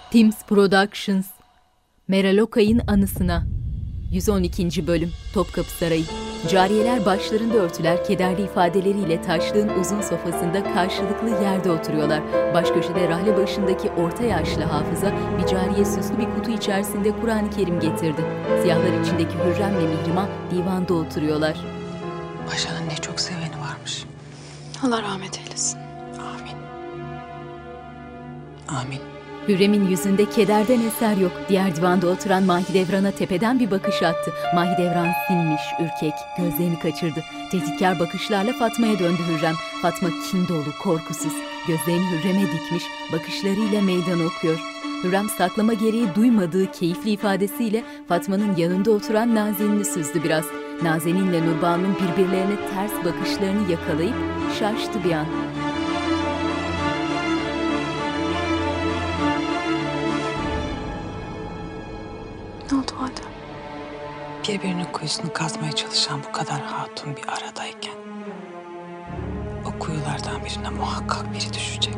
Teams Productions, Meral Okay'ın anısına. 112. bölüm. Topkapı Sarayı. Cariyeler başlarında örtüler, kederli ifadeleriyle taşlığın uzun sofasında karşılıklı yerde oturuyorlar. Baş köşede rahle başındaki orta yaşlı hafıza bir cariye süslü bir kutu içerisinde Kur'an-ı Kerim getirdi. Siyahlar içindeki Hürrem'le Mihrimah divanda oturuyorlar. Paşa'nın ne çok seveni varmış. Allah rahmet eylesin. Amin. Amin. Hürrem'in yüzünde kederden eser yok. Diğer divanda oturan Mahidevran'a tepeden bir bakış attı. Mahidevran sinmiş, ürkek, gözlerini kaçırdı. Tehditkar bakışlarla Fatma'ya döndü Hürrem. Fatma kin dolu, korkusuz. Gözlerini Hürrem'e dikmiş, bakışlarıyla meydan okuyor. Hürrem saklama gereği duymadığı keyifli ifadesiyle Fatma'nın yanında oturan Nazen'ini süzdü biraz. Nazen'inle Nurbano'nun birbirlerine ters bakışlarını yakalayıp şaştı bir an. Ne oldu valide? Birbirinin kuyusunu kazmaya çalışan bu kadar hatun bir aradayken o kuyulardan birine muhakkak biri düşecek.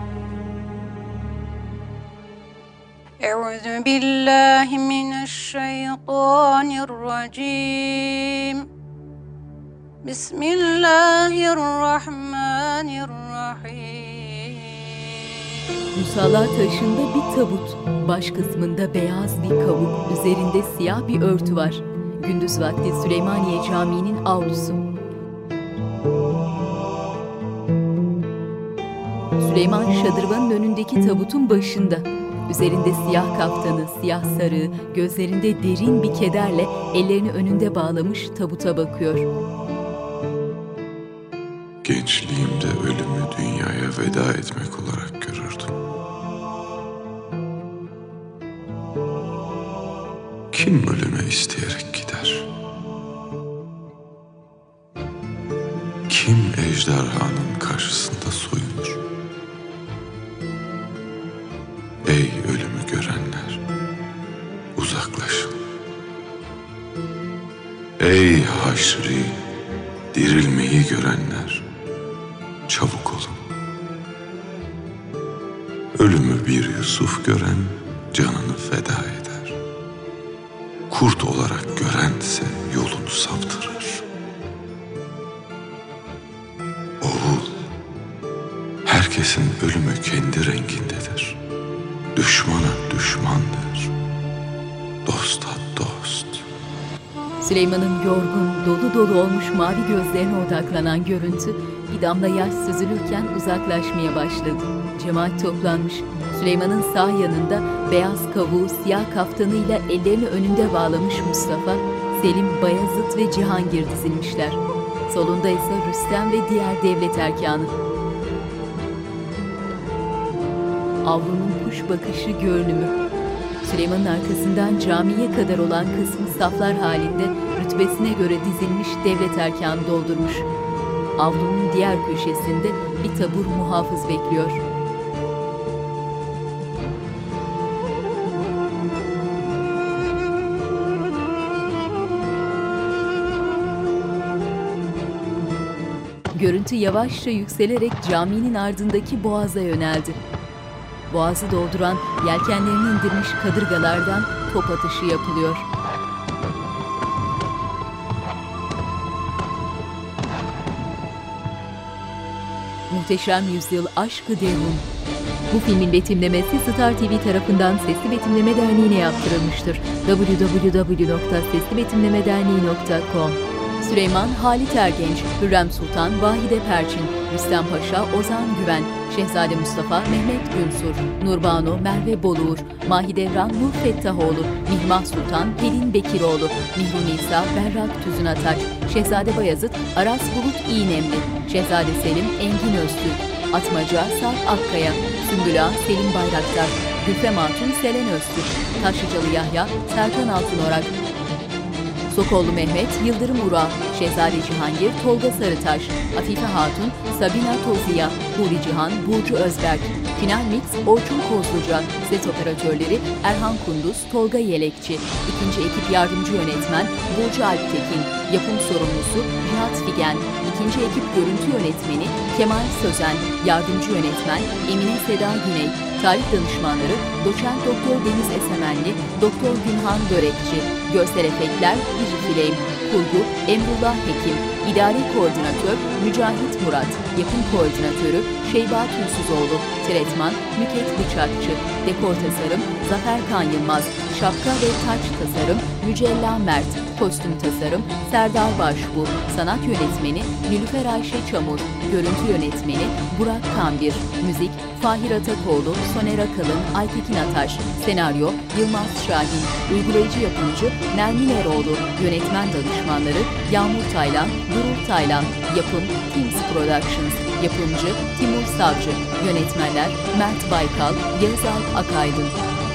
Euzu billahi mineşşeytanirracim. Bismillahirrahmanirrahim. Musalla taşında bir tabut, baş kısmında beyaz bir kavuk, üzerinde siyah bir örtü var. Gündüz vakti Süleymaniye Camii'nin avlusu. Süleyman şadırvanın önündeki tabutun başında. Üzerinde siyah kaftanı, siyah sarığı, gözlerinde derin bir kederle ellerini önünde bağlamış tabuta bakıyor. Gençliğimde ölümü dünyaya veda etmek olarak görürdüm. Kim ölüme isteyerek gider? Kim ejderhanın karşısında soyunur? Ey ölümü görenler, uzaklaşın. Ey haşri, dirilmeyi görenler, çabuk olun. Ölümü bir Yusuf gören canını feda eder. Kurt olarak görense yolunu saptırır. Oğul, herkesin ölümü kendi rengindedir. Düşmana düşmandır, dosta dost. Süleyman'ın yorgun, dolu dolu olmuş mavi gözlerine odaklanan görüntü bir damla yaş süzülürken uzaklaşmaya başladı. Cemaat toplanmış. Süleyman'ın sağ yanında beyaz kavuğu siyah kaftanıyla ellerini önünde bağlamış Mustafa, Selim, Bayezid ve Cihangir dizilmişler. Solunda ise Rüstem ve diğer devlet erkanı. Avlunun kuş bakışı görünümü. Süleyman'ın arkasından camiye kadar olan kısmı saflar halinde rütbesine göre dizilmiş devlet erkanı doldurmuş. Avlunun diğer köşesinde bir tabur muhafız bekliyor. Görüntü yavaşça yükselerek caminin ardındaki boğaza yöneldi. Boğazı dolduran, yelkenlerini indirmiş kadırgalardan top atışı yapılıyor. Muhteşem Yüzyıl Aşk-ı Derun. Bu filmin betimlemesi Star TV tarafından Sesli Betimleme Derneği'ne yaptırılmıştır. www.seslibetimlemederneği.com. Süleyman Halit Ergenç, Hürrem Sultan Vahide Perçin, Rüstem Paşa Ozan Güven, Şehzade Mustafa Mehmet Günsur, Nurbano Merve Boluğur, Mahidevran Nur Fettahoğlu, Mihrimah Sultan Pelin Bekiroğlu, Mihru Nisa Berrak Tüzün Ataç, Şehzade Bayezid Aras Bulut İğnemli, Şehzade Selim Engin Öztürk, Atmaca Sarp Akkaya, Sümbül Ağa Selim Bayraktar, Gülfem Hatun Selen Öztürk, Taşlıcalı Yahya Serkan Altınorak, Sokollu Mehmet Yıldırım Ural, Şehzade Cihangir Tolga Sarıtaş, Afife Hatun Sabina Toziya, Huri Cihan Burcu Özberk, Final Mix Orçun Kozluca, Ses operatörleri Erhan Kunduz, Tolga Yelekçi, İkinci ekip yardımcı yönetmen Burcu Alptekin, yapım sorumlusu Nihat Figen, İkinci ekip görüntü yönetmeni Kemal Sözen, yardımcı yönetmen Emine Seda Güney, Tarih danışmanları Doçent Doktor Deniz Esemenli, Doktor Günhan Börekçi. Görsel efektler İri Filem. Kurgu Emrullah Hekim. İdari Koordinatör Mücahit Murat. Yapım Koordinatörü Şeyba Tülsüzoğlu. Tretman Müket Bıçakçı. Dekor tasarım Zafer Kan Yılmaz. Şapka ve taç tasarım Mücella Mert. Kostüm tasarım Serdar Başbu. Sanat yönetmeni Nilüfer Ayşe Çamur. Görüntü yönetmeni Burak Kambir. Müzik Fahir Atakoğlu, Soner Akalın, Aytekin Ataş. Senaryo Yılmaz Şahin. Uygulayıcı yapımcı Nermin Eroğlu. Yönetmen danışmanları Yağmur Taylan, Durul Taylan. Yapım Teams Productions. Yapımcı Timur Savcı. Yönetmenler Mert Baykal, Yağız Alp Akaydın.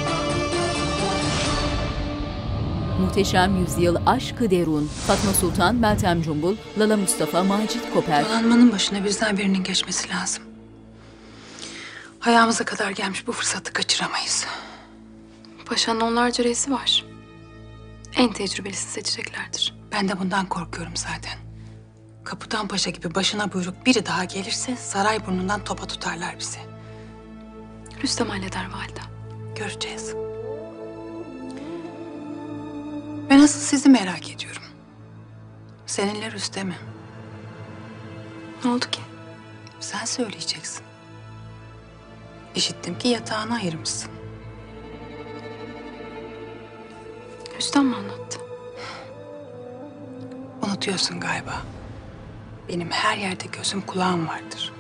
Muhteşem Yüzyıl Aşk-ı Derun. Fatma Sultan, Meltem Cumbul, Lala Mustafa, Macit Koper. Donanmanın başına bizden birinin geçmesi lazım. Ayağımıza kadar gelmiş bu fırsatı kaçıramayız. Paşa'nın onlarca reisi var. En tecrübelisi seçeceklerdir. Ben de bundan korkuyorum zaten. Kaputan Paşa gibi başına buyruk biri daha gelirse saray burnundan topa tutarlar bizi. Rüstem halleder valide. Göreceğiz. Ben asıl sizi merak ediyorum. Seninle Rüstem'i. Ne oldu ki? Sen söyleyeceksin. İşittim ki yatağını ayırmışsın. Rüstem mi anlattı? Unutuyorsun galiba. Benim her yerde gözüm kulağım vardır.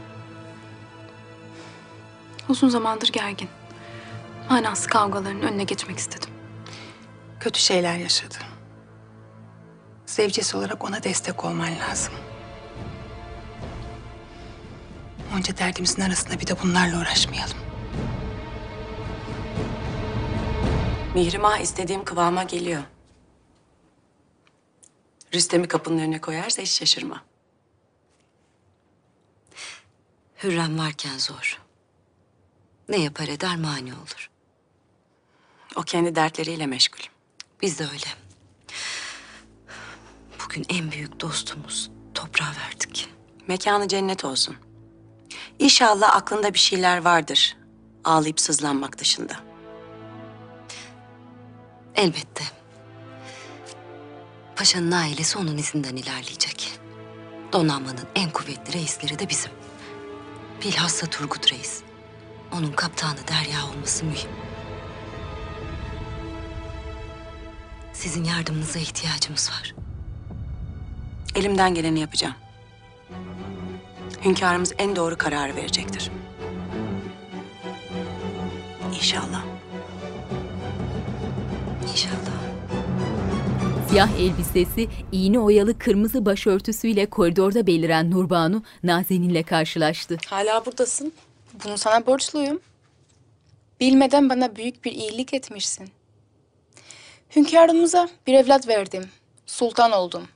Uzun zamandır gergin. Manasız kavgaların önüne geçmek istedim. Kötü şeyler yaşadı. Zevcesi olarak ona destek olman lazım. Onca derdimizin arasında bir de bunlarla uğraşmayalım. Mihrimah istediğim kıvama geliyor. Rüstem'i kapının önüne koyarsa hiç şaşırma. Hürrem varken zor. Ne yapar eder mani olur. O kendi dertleriyle meşgul. Biz de öyle. Bugün en büyük dostumuz toprağa verdik. Mekanı cennet olsun. İnşallah aklında bir şeyler vardır. Ağlayıp sızlanmak dışında. Elbette. Paşanın ailesi onun izinden ilerleyecek. Donanmanın en kuvvetli reisleri de bizim. Bilhassa Turgut Reis. Onun kaptanı Derya olması mühim. Sizin yardımınıza ihtiyacımız var. Elimden geleni yapacağım. Hünkârımız en doğru kararı verecektir. İnşallah. İnşallah. Siyah elbisesi, iğne oyalı kırmızı başörtüsüyle koridorda beliren Nurbanu, Nazen'inle karşılaştı. Hala buradasın. Bunu sana borçluyum. Bilmeden bana büyük bir iyilik etmişsin. Hünkârımıza bir evlat verdim. Sultan oldum.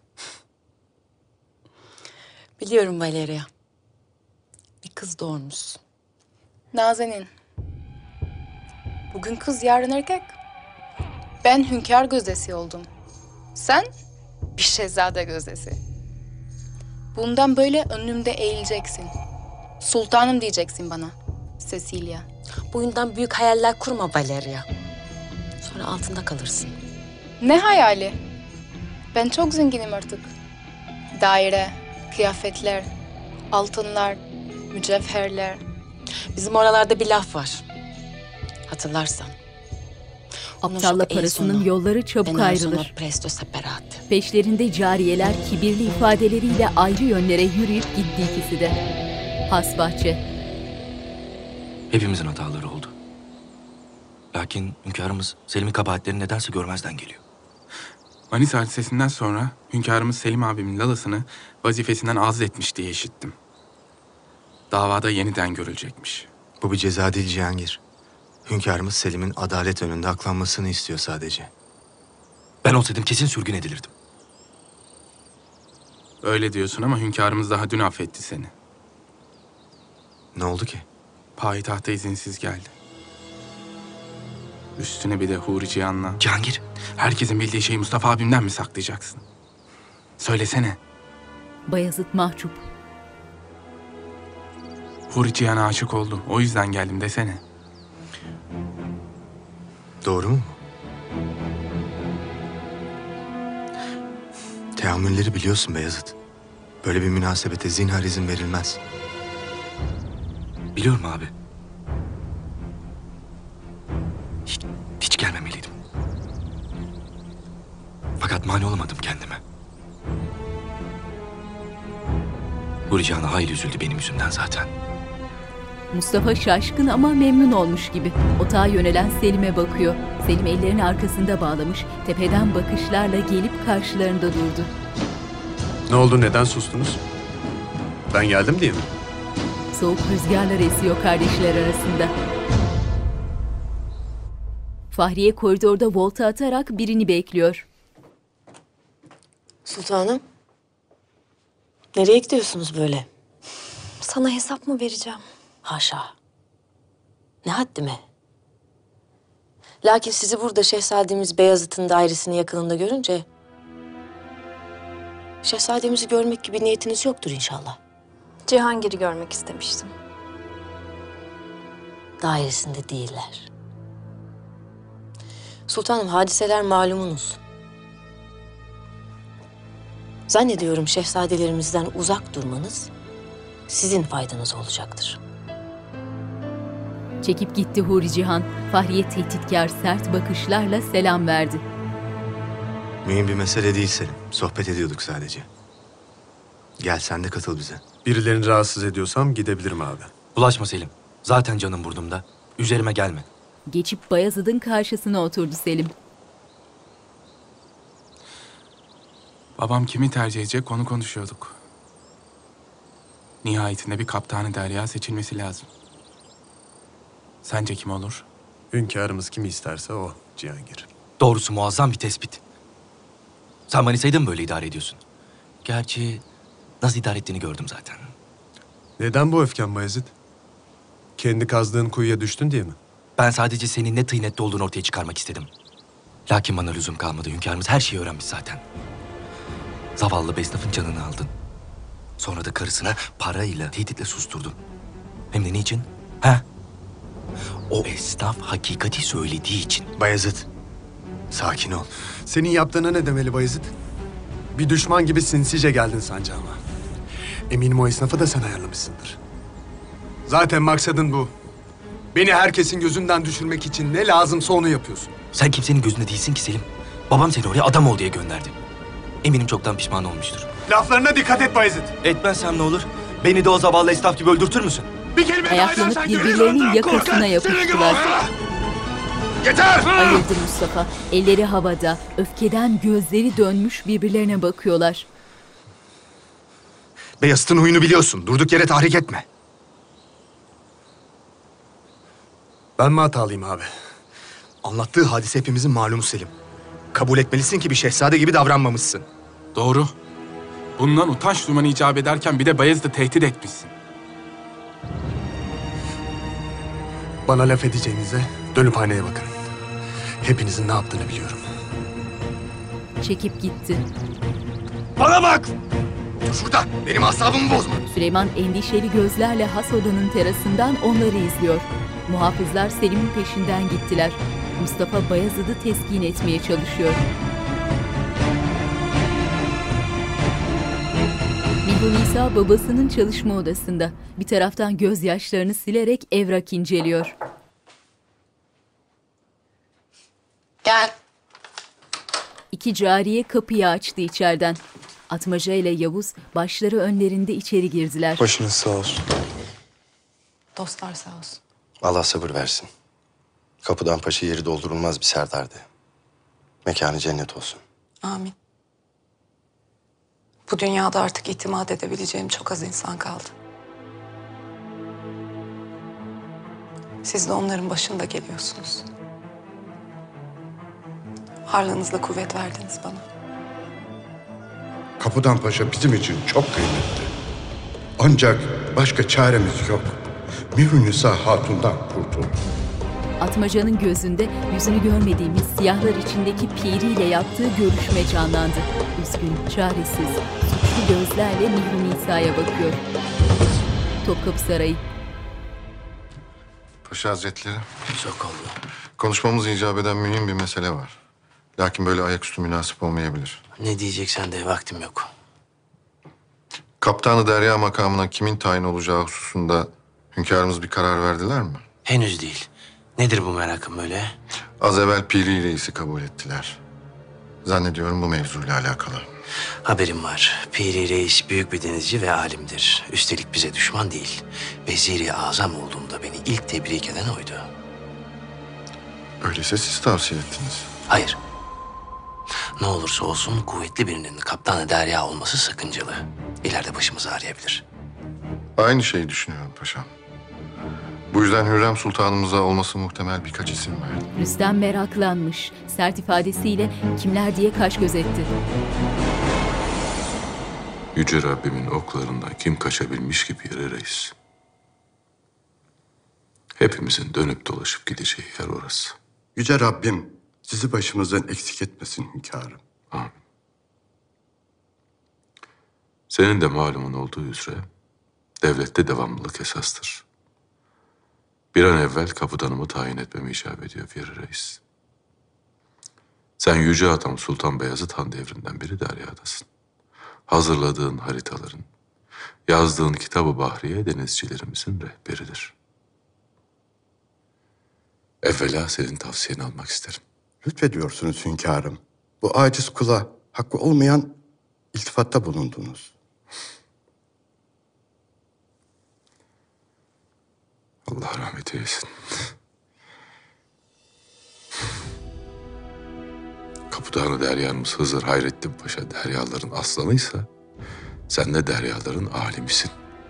Biliyorum Valeria. Bir kız doğurmuşsun. Nazenin. Bugün kız, yarın erkek. Ben hünkâr gözdesi oldum. Sen bir şehzade gözdesi. Bundan böyle önümde eğileceksin. Sultanım diyeceksin bana. Cecilia. Boyundan büyük hayaller kurma Valeria. Sonra altında kalırsın. Ne hayali? Ben çok zenginim artık. Daire, kıyafetler, altınlar, mücevherler. Bizim oralarda bir laf var. Hatırlarsan. Aptalla parasının yolları çabuk ayrılır. Presto separate. Peşlerinde cariyeler kibirli ifadeleriyle ayrı yönlere yürüyüp gitti ikisi de. Hasbahçe. Hepimizin hataları oldu. Lakin hünkârımız Selim'in kabahatlerini nedense görmezden geliyor. Manisa hadisesinden sonra hünkârımız Selim abimin lalasını vazifesinden azletmiş diye işittim. Davada yeniden görülecekmiş. Bu bir ceza değil Cihangir. Hünkârımız Selim'in adalet önünde aklanmasını istiyor sadece. Ben olsaydım kesin sürgün edilirdim. Öyle diyorsun ama hünkârımız daha dün affetti seni. Ne oldu ki? Payitahta izinsiz geldi. Üstüne bir de Huri Cihan'la. Cihangir. Herkesin bildiği şeyi Mustafa abimden mi saklayacaksın? Söylesene. Bayezid mahcup. Huri Cihan'a aşık oldu. O yüzden geldim desene. Doğru mu bu? Teamülleri biliyorsun Beyazıt. Böyle bir münasebete zinhar izin verilmez. Biliyorum abi. Hiç gelmemeliydim. Fakat mani olamadım kendime. Hurican hayli üzüldü benim yüzümden zaten. Mustafa şaşkın ama memnun olmuş gibi. Otağa yönelen Selim'e bakıyor. Selim ellerini arkasında bağlamış, tepeden bakışlarla gelip karşılarında durdu. Ne oldu, neden sustunuz? Ben geldim diye mi? Soğuk rüzgarlar esiyor kardeşler arasında. Fahriye koridorda volta atarak birini bekliyor. Sultanım. Nereye gidiyorsunuz böyle? Sana hesap mı vereceğim? Haşa. Ne haddime. Lakin sizi burada Şehzademiz Beyazıt'ın dairesinin yakınında görünce... Şehzademizi görmek gibi niyetiniz yoktur inşallah. Cihangir'i görmek istemiştim. Dairesinde değiller. Sultanım, hadiseler malumunuz. Zannediyorum şehzadelerimizden uzak durmanız sizin faydanız olacaktır. Çekip gitti Huri Cihan. Fahriye tehditkar sert bakışlarla selam verdi. Mühim bir mesele değil Selim. Sohbet ediyorduk sadece. Gel sen de katıl bize. Birilerini rahatsız ediyorsam gidebilirim abi. Bulaşma Selim. Zaten canım burnumda. Üzerime gelme. Geçip Bayezid'in karşısına oturdu Selim. Babam kimi tercih edecek onu konuşuyorduk. Nihayetinde bir kaptanı derya seçilmesi lazım. Sence kim olur? Hünkârımız kimi isterse o Cihangir. Doğrusu muazzam bir tespit. Sen Manisa'yı da mı böyle idare ediyorsun? Gerçi nasıl idare ettiğini gördüm zaten. Neden bu öfken Bayezid? Kendi kazdığın kuyuya düştün diye mi? Ben sadece senin ne tıynetli olduğunu ortaya çıkarmak istedim. Lakin bana lüzum kalmadı. Hünkârımız her şeyi öğrenmiş zaten. Zavallı Besnaf'ın canını aldın. Sonra da karısına parayla, tehditle susturdun. Hem de niçin? Ha? O esnaf hakikati söylediği için. Bayezid, sakin ol. Senin yaptığına ne demeli Bayezid? Bir düşman gibi sinsice geldin sancağıma. Eminim o esnafı da sen ayarlamışsındır. Zaten maksadın bu. Beni herkesin gözünden düşürmek için ne lazımsa onu yapıyorsun. Sen kimsenin gözünde değilsin ki Selim. Babam seni oraya adam ol diye gönderdi. Eminim çoktan pişman olmuştur. Laflarına dikkat et Bayezid. Etmezsem ne olur? Beni de o zavallı esnaf gibi öldürtür müsün? Bir kelime Ayaklanıp birbirlerinin yakasına yapıştılar. Yeter! Ayıldı Mustafa. Elleri havada, öfkeden gözleri dönmüş birbirlerine bakıyorlar. Beyazıt'ın huyunu biliyorsun. Durduk yere tahrik etme. Ben mi hatalıyım abi? Anlattığı hadise hepimizin malumu Selim. Kabul etmelisin ki bir şehzade gibi davranmamışsın. Doğru. Bundan utanç duyman icap ederken bir de Bayezid'i tehdit etmişsin. Bana laf edeceğinize dönüp aynaya bakın. Hepinizin ne yaptığını biliyorum. Çekip gitti. Bana bak! Dur şurada. Benim asabımı bozma. Süleyman endişeli gözlerle has odanın terasından onları izliyor. Muhafızlar Selim'in peşinden gittiler. Mustafa Bayezid'i teskin etmeye çalışıyor. Mihrimisa babasının çalışma odasında. Bir taraftan gözyaşlarını silerek evrak inceliyor. Gel. İki cariye kapıyı açtı içeriden. Atmaca ile Yavuz başları önlerinde içeri girdiler. Başınız sağ olsun. Dostlar sağ olsun. Allah sabır versin. Kapıdan paşa yeri doldurulmaz bir serdardı. Mekanı cennet olsun. Amin. Bu dünyada artık itimat edebileceğim çok az insan kaldı. Siz de onların başında geliyorsunuz. Varlığınızla kuvvet verdiniz bana. Kapıdan Paşa bizim için çok kıymetli. Ancak başka çaremiz yok. Mihrimisa Hatun'dan kurtul. Atmaca'nın gözünde yüzünü görmediğimiz siyahlar içindeki piriyle yaptığı görüşme canlandı. Üzgün, çaresiz, suçlu gözlerle Mihrimnisa'ya bakıyor. Topkapı Sarayı. Paşa Hazretleri. Sokollu. Konuşmamız icap eden mühim bir mesele var. Lakin böyle ayaküstü münasip olmayabilir. Ne diyeceksen de vaktim yok. Kaptanı Derya makamına kimin tayin olacağı hususunda hünkârımız bir karar verdiler mi? Henüz değil. Nedir bu merakım böyle? Az evvel Piri Reis'i kabul ettiler. Zannediyorum bu mevzuyla alakalı. Haberim var. Piri Reis büyük bir denizci ve alimdir. Üstelik bize düşman değil. Veziri Azam olduğumda beni ilk tebrik eden oydu. Öyleyse siz tavsiye ettiniz. Hayır. Ne olursa olsun kuvvetli birinin kaptanı Derya olması sakıncalı. İleride başımızı ağrıyabilir. Aynı şeyi düşünüyorum paşam. Bu yüzden Hürrem Sultanımıza olması muhtemel birkaç isim verdim. Rüstem meraklanmış. Sert ifadesiyle kimler diye kaş gözetti. Yüce Rabbimin oklarından kim kaçabilmiş ki Piri Reis? Hepimizin dönüp dolaşıp gideceği yer orası. Yüce Rabbim sizi başımızdan eksik etmesin hünkârım. Amin. Senin de malumun olduğu üzere devlette devamlılık esastır. Bir an evvel kapıdanımı tayin etmemi icap ediyor Piri Reis. Sen Yüce Atam Sultan Beyazıt Han devrinden beri Derya'dasın. Hazırladığın haritaların, yazdığın Kitab-ı Bahriye denizcilerimizin rehberidir. Evvela senin tavsiyeni almak isterim. Lütfediyorsunuz hünkârım. Bu aciz kula hakkı olmayan iltifatta bulundunuz. Allah rahmet eylesin. Kapıdanı Derya'mız Hızır Hayrettin Paşa deryaların aslanıysa sen de deryaların alimisin.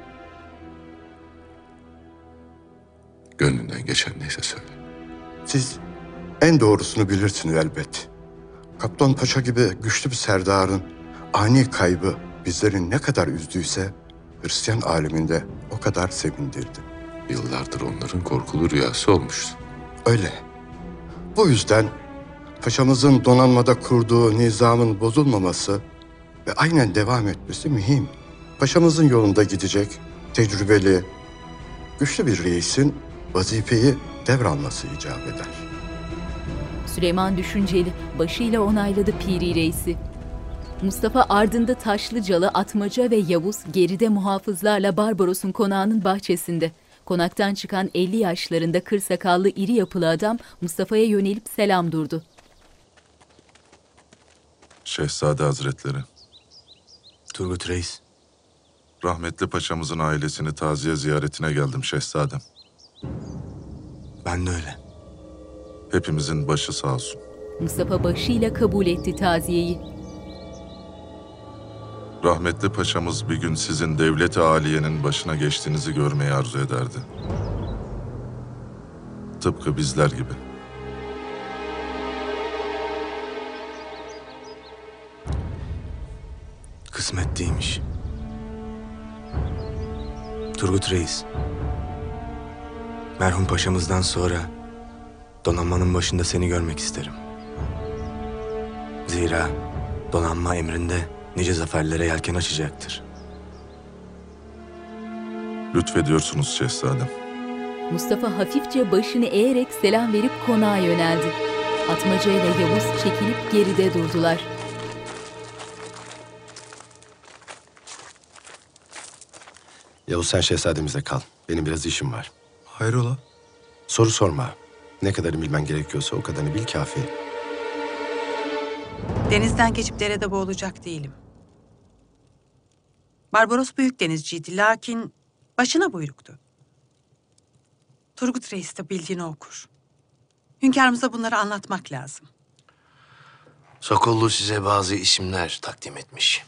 Gönlünden geçen neyse söyle. Siz en doğrusunu bilirsiniz elbet. Kaptan Paşa gibi güçlü bir serdarın ani kaybı bizleri ne kadar üzdüyse Hristiyan aleminde o kadar sevindirdi. Yıllardır onların korkulu rüyası olmuştu. Öyle. Bu yüzden paşamızın donanmada kurduğu nizamın bozulmaması ve aynen devam etmesi mühim. Paşamızın yolunda gidecek tecrübeli, güçlü bir reisin vazifeyi devralması icap eder. Süleyman düşünceli, başıyla onayladı Piri Reis'i. Mustafa ardında Taşlıcalı, Atmaca ve Yavuz geride muhafızlarla Barbaros'un konağının bahçesinde. Konaktan çıkan 50 yaşlarında kır sakallı iri yapılı adam Mustafa'ya yönelip selam durdu. Şehzade Hazretleri. Turgut Reis. Rahmetli paşamızın ailesini taziye ziyaretine geldim şehzadem. Ben de öyle. Hepimizin başı sağ olsun. Mustafa başıyla kabul etti taziyeyi. Rahmetli paşamız bir gün sizin devlet-i aliyenin başına geçtiğinizi görmeyi arzu ederdi. Tıpkı bizler gibi. Kısmet değilmiş. Turgut Reis. Merhum paşamızdan sonra donanmanın başında seni görmek isterim. Zira donanma emrinde nice zaferlere yelken açacaktır. Lütfediyorsunuz şehzadem. Mustafa hafifçe başını eğerek selam verip konağa yöneldi. Atmaca ile Yavuz çekilip geride durdular. Yavuz sen şehzademizle kal. Benim biraz işim var. Hayrola? Soru sorma. Ne kadarını bilmen gerekiyorsa o kadarını bil kafi. Denizden geçip derede boğulacak değilim. Barbaros büyük denizciydi lakin başına buyruktu. Turgut Reis de bildiğini okur. Hünkârımıza bunları anlatmak lazım. Sokollu size bazı isimler takdim etmiş.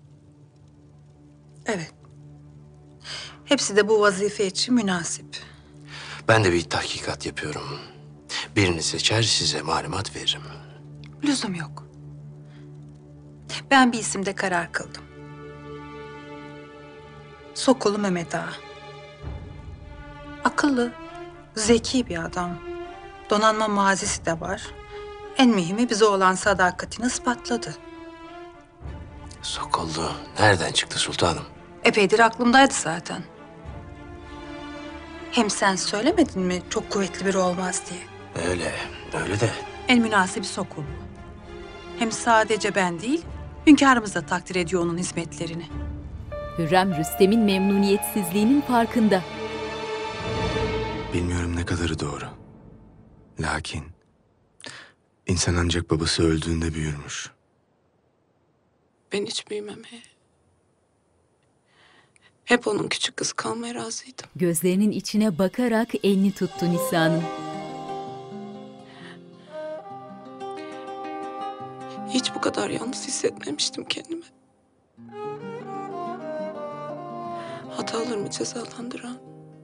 Evet. Hepsi de bu vazife için münasip. Ben de bir tahkikat yapıyorum. Birini seçer size malumat veririm. Lüzum yok. Ben bir isimde karar kıldım. Sokollu Mehmet Ağa. Akıllı, zeki bir adam. Donanma mazisi de var. En mühimi bize olan sadakatini ispatladı. Sokollu nereden çıktı sultanım? Epeydir aklımdaydı zaten. Hem sen söylemedin mi çok kuvvetli biri olmaz diye? Öyle de. En münasibi sokul. Hem sadece ben değil, hünkârımız da takdir ediyor onun hizmetlerini. Hürrem Rüstem'in memnuniyetsizliğinin farkında. Bilmiyorum ne kadarı doğru. Lakin insan ancak babası öldüğünde büyürmüş. Ben hiç büyümemeye. Hep onun küçük kızı kalmaya razıydım. Gözlerinin içine bakarak elini tuttu Nisa'nın. Hiç bu kadar yalnız hissetmemiştim kendimi. Hatalarımı cezalandıran,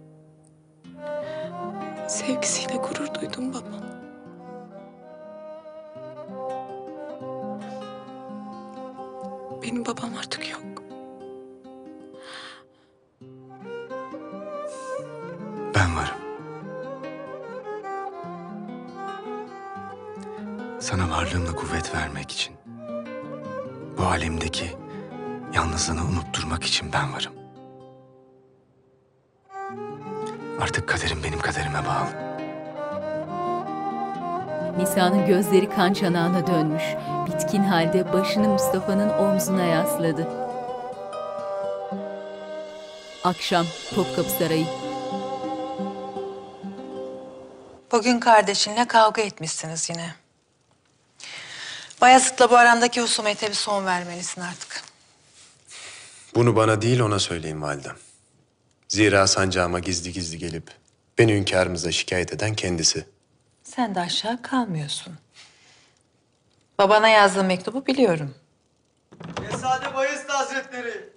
sevgisiyle gurur duydum babam. Benim babam artık yok. Ben varım. Sana varlığımla kuvvet vermek için. Bu alemdeki yalnızlığını unutturmak için ben varım. Artık kaderim benim kaderime bağlı. Nisa'nın gözleri kan çanağına dönmüş. Bitkin halde başını Mustafa'nın omzuna yasladı. Akşam Topkapı Sarayı. Bugün kardeşinle kavga etmişsiniz yine. Bayezid'le bu arandaki husumete bir son vermelisin artık. Bunu bana değil ona söyleyin validem. Zira sancağıma gizli gizli gelip beni hünkârımıza şikayet eden kendisi. Sen de aşağı kalmıyorsun. Babana yazdığım mektubu biliyorum. Esade Bayezid Hazretleri.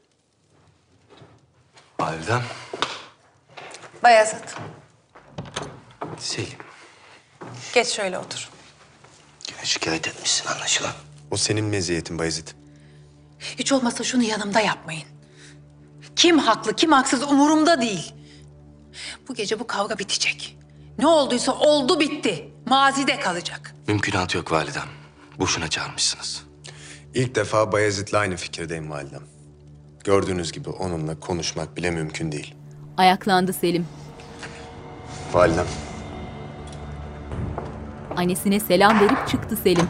Validem. Bayezid, Selim. geç şöyle otur. Yine şikayet etmişsin anlaşılan. O senin meziyetin Bayezid. Hiç olmazsa şunu yanımda yapmayın. Kim haklı, kim haksız umurumda değil. Bu gece bu kavga bitecek. Ne olduysa oldu bitti. Mazide kalacak. Mümkünatı yok validem. Boşuna çağırmışsınız. İlk defa Bayezid'le aynı fikirdeyim validem. Gördüğünüz gibi onunla konuşmak bile mümkün değil. Ayaklandı Selim. Validem. Annesine selam verip çıktı Selim.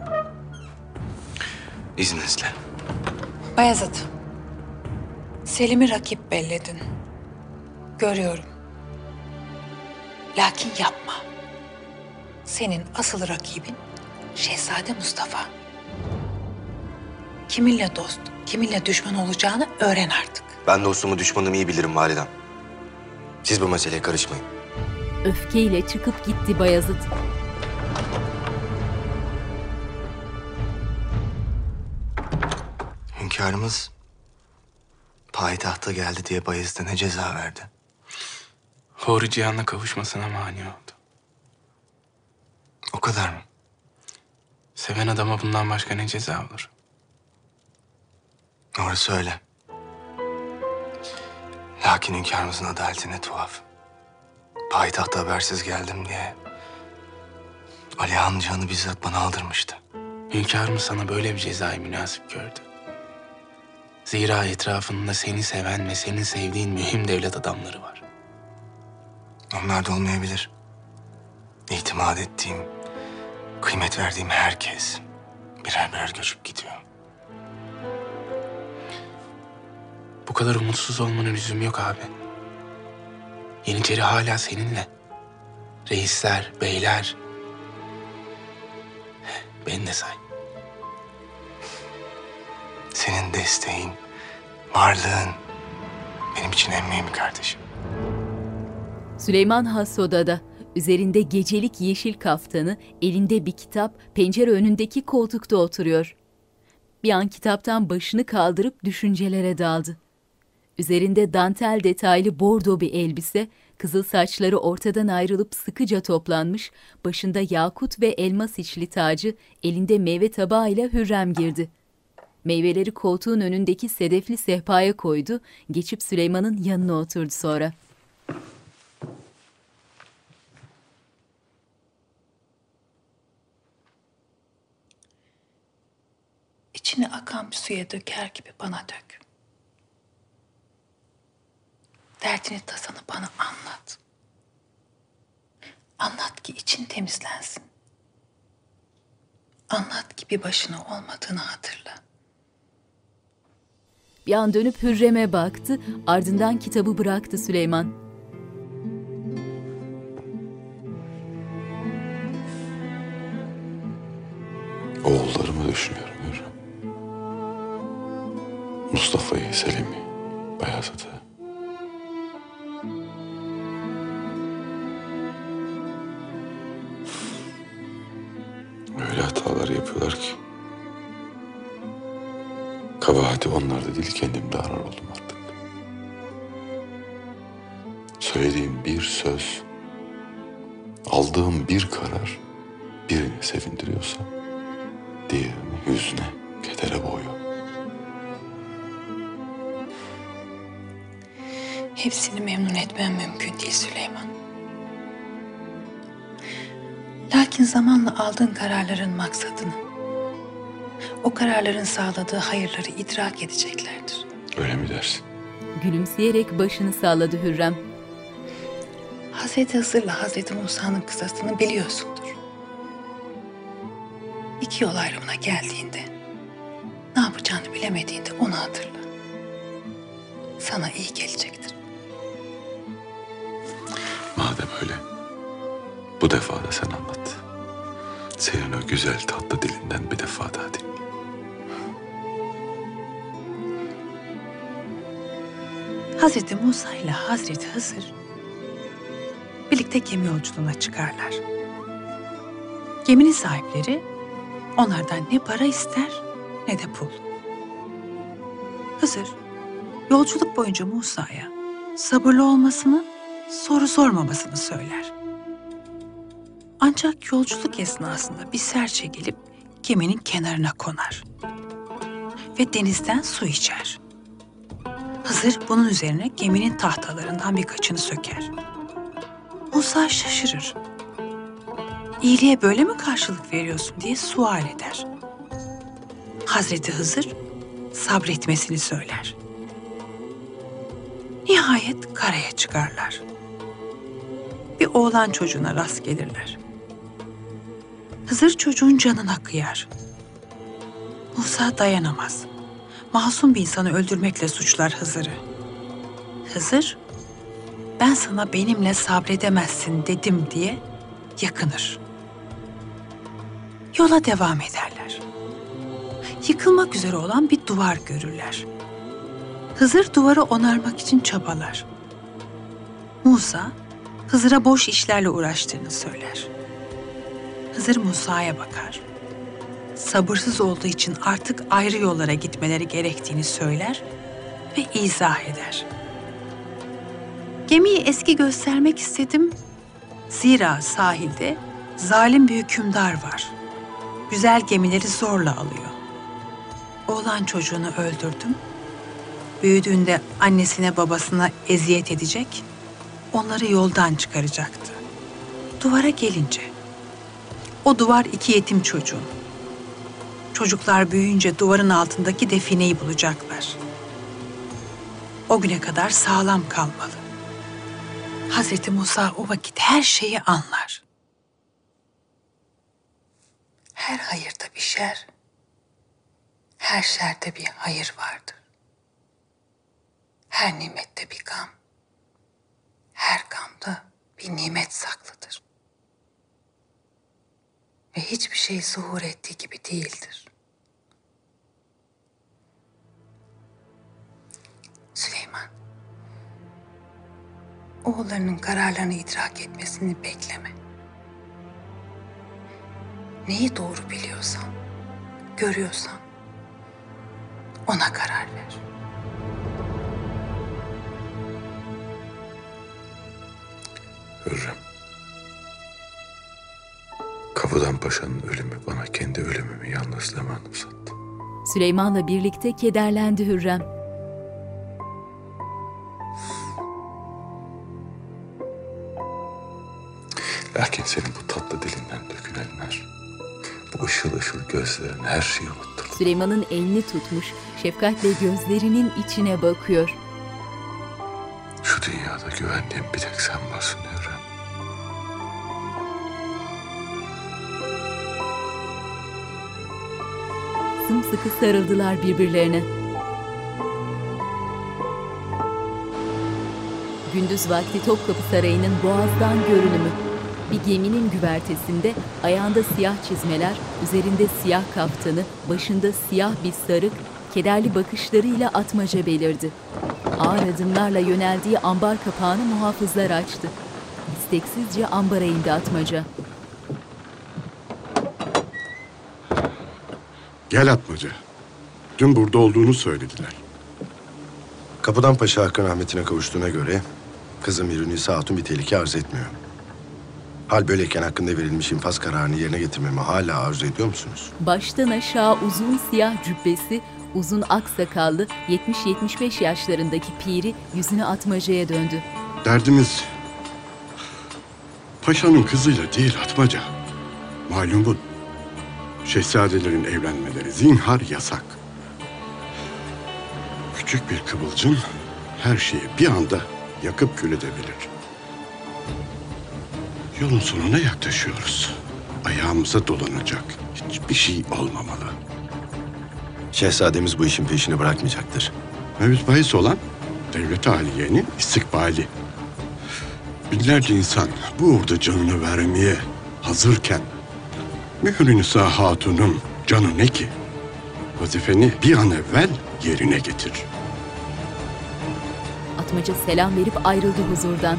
İzninizle. Bayezid, Selim'i rakip belledin. Görüyorum. Lakin yapma. Senin asıl rakibin Şehzade Mustafa. Kiminle dost, kiminle düşman olacağını öğren artık. Ben dostumu düşmanımı iyi bilirim validem. Siz bu meseleye karışmayın. Öfkeyle çıkıp gitti Bayezid. Hünkârımız payitahta geldi diye Bayezid'e ne ceza verdi? Huri Cihan'la kavuşmasına mani oldu. O kadar mı? Seven adama bundan başka ne ceza olur? Orası öyle. Lakin hünkârımızın adaleti ne tuhaf. Payitahta habersiz geldim diye Alihan Cihan'ı bizzat bana aldırmıştı. Hünkârımız sana böyle bir cezayı münasip gördü. Zira etrafında seni seven ve senin sevdiğin mühim devlet adamları var. Onlar da olmayabilir. İtimat ettiğim, kıymet verdiğim herkes birer birer göçüp gidiyor. Bu kadar umutsuz olmanın lüzumu yok abi. Yeniçeri hala seninle. Reisler, beyler. Beni de say. Senin desteğin, varlığın benim için en mühim kardeşim. Süleyman Has odada. Üzerinde gecelik yeşil kaftanı, elinde bir kitap, pencere önündeki koltukta oturuyor. Bir an kitaptan başını kaldırıp düşüncelere daldı. Üzerinde dantel detaylı bordo bir elbise, kızıl saçları ortadan ayrılıp sıkıca toplanmış, başında yakut ve elmas içli tacı, elinde meyve tabağıyla Hürrem girdi. Meyveleri koltuğun önündeki sedefli sehpaya koydu, geçip Süleyman'ın yanına oturdu sonra. İçine akan bir suya döker gibi bana dök. Derdini tasanı bana anlat. Anlat ki içine İçin temizlensin. Anlat ki bir başına olmadığını hatırla. Bir an dönüp Hürrem'e baktı, ardından kitabı bıraktı Süleyman. Oğullarımı düşünüyorum Hürrem. Mustafa'yı, Selim'i, Beyazıt'ı. Öyle hatalar yapıyorlar ki. Kabahati onlarda değil, kendimde arar oldum artık. Söylediğim bir söz, aldığım bir karar birini sevindiriyorsa diğerini hüzne, kedere boğuyor. Hepsini memnun etmem mümkün değil Süleyman. Lakin zamanla aldığın kararların maksadını, o kararların sağladığı hayırları idrak edeceklerdir. Öyle mi dersin? Gülümseyerek başını salladı Hürrem. Hazreti Hızır'la Hazreti Musa'nın kıssasını biliyorsundur. İki yol ayrımına geldiğinde, ne yapacağını bilemediğinde onu hatırla. Sana iyi gelecektir. Madem öyle, bu defa da sen anlat. Senin o güzel tatlı dilinden bir defa daha dinle. Hazreti Musa ile Hazreti Hızır birlikte gemi yolculuğuna çıkarlar. Geminin sahipleri onlardan ne para ister ne de pul. Hızır yolculuk boyunca Musa'ya sabırlı olmasını, soru sormamasını söyler. Ancak yolculuk esnasında bir serçe gelip geminin kenarına konar ve denizden su içer. Hızır bunun üzerine geminin tahtalarından birkaçını söker. Musa şaşırır. İyiliğe böyle mi karşılık veriyorsun diye sual eder. Hazreti Hızır sabretmesini söyler. Nihayet karaya çıkarlar. Bir oğlan çocuğuna rast gelirler. Hızır çocuğun canına kıyar. Musa dayanamaz. Masum bir insanı öldürmekle suçlar Hızır'ı. Hızır, ben sana benimle sabredemezsin dedim diye yakınır. Yola devam ederler. Yıkılmak üzere olan bir duvar görürler. Hızır duvarı onarmak için çabalar. Musa, Hızır'a boş işlerle uğraştığını söyler. Hızır Musa'ya bakar. Sabırsız olduğu için artık ayrı yollara gitmeleri gerektiğini söyler ve izah eder. Gemiyi eski göstermek istedim. Zira sahilde zalim bir hükümdar var. Güzel gemileri zorla alıyor. Oğlan çocuğunu öldürdüm. Büyüdüğünde annesine babasına eziyet edecek, onları yoldan çıkaracaktı. Duvara gelince, o duvar iki yetim çocuğum. Çocuklar büyüyünce duvarın altındaki defineyi bulacaklar. O güne kadar sağlam kalmalı. Hazreti Musa o vakit her şeyi anlar. Her hayırda bir şer, her şerde bir hayır vardır. Her nimette bir gam, her gamda bir nimet saklıdır. Ve hiçbir şey zuhur ettiği gibi değildir. Süleyman, oğullarının kararlarını idrak etmesini bekleme. Neyi doğru biliyorsan, görüyorsan ona karar ver. Hürrem, Kapıdan Paşa'nın ölümü bana kendi ölümümü yalnızlığıma anımsattı. Süleyman'la birlikte kederlendi Hürrem. Lakin senin bu tatlı dilinden dökülenler, bu ışıl ışıl gözlerin her şeyi unutturdu. Süleyman'ın elini tutmuş, şefkatle gözlerinin içine bakıyor. Şu dünyada güvendiğim bir tek sen varsın Hürrem. sımsıkı sarıldılar birbirlerine. Gündüz vakti Topkapı Sarayı'nın boğazdan görünümü. Bir geminin güvertesinde ayağında siyah çizmeler, üzerinde siyah kaftanı, başında siyah bir sarık, kederli bakışlarıyla Atmaca belirdi. Ağır adımlarla yöneldiği ambar kapağını muhafızlar açtı. İsteksizce ambara indi Atmaca. Gel Atmaca. Dün burada olduğunu söylediler. Kapıdan Paşa hakkın rahmetine kavuştuğuna göre kızım Mirunisa Hatun bir tehlike arz etmiyor. Hal böyleyken hakkında verilmiş infaz kararını yerine getirmemi hala arzu ediyor musunuz? Baştan aşağı uzun siyah cübbesi, uzun ak sakallı 70-75 yaşlarındaki piri yüzünü Atmaca'ya döndü. Derdimiz paşanın kızıyla değil Atmaca. Malumun şehzadelerin evlenmeleri zinhar yasak. Küçük bir kıvılcım her şeyi bir anda yakıp kül edebilir. Yolun sonuna yaklaşıyoruz. Ayağımıza dolanacak hiçbir şey olmamalı. Şehzademiz bu işin peşini bırakmayacaktır. Mevcut bahis olan devlet aliyenin istikbali. Binlerce insan bu uğurda canını vermeye hazırken Mirunisa Hatun'un canı ne ki? Vazifeni bir an evvel yerine getir. Atmaca selam verip ayrıldı huzurdan.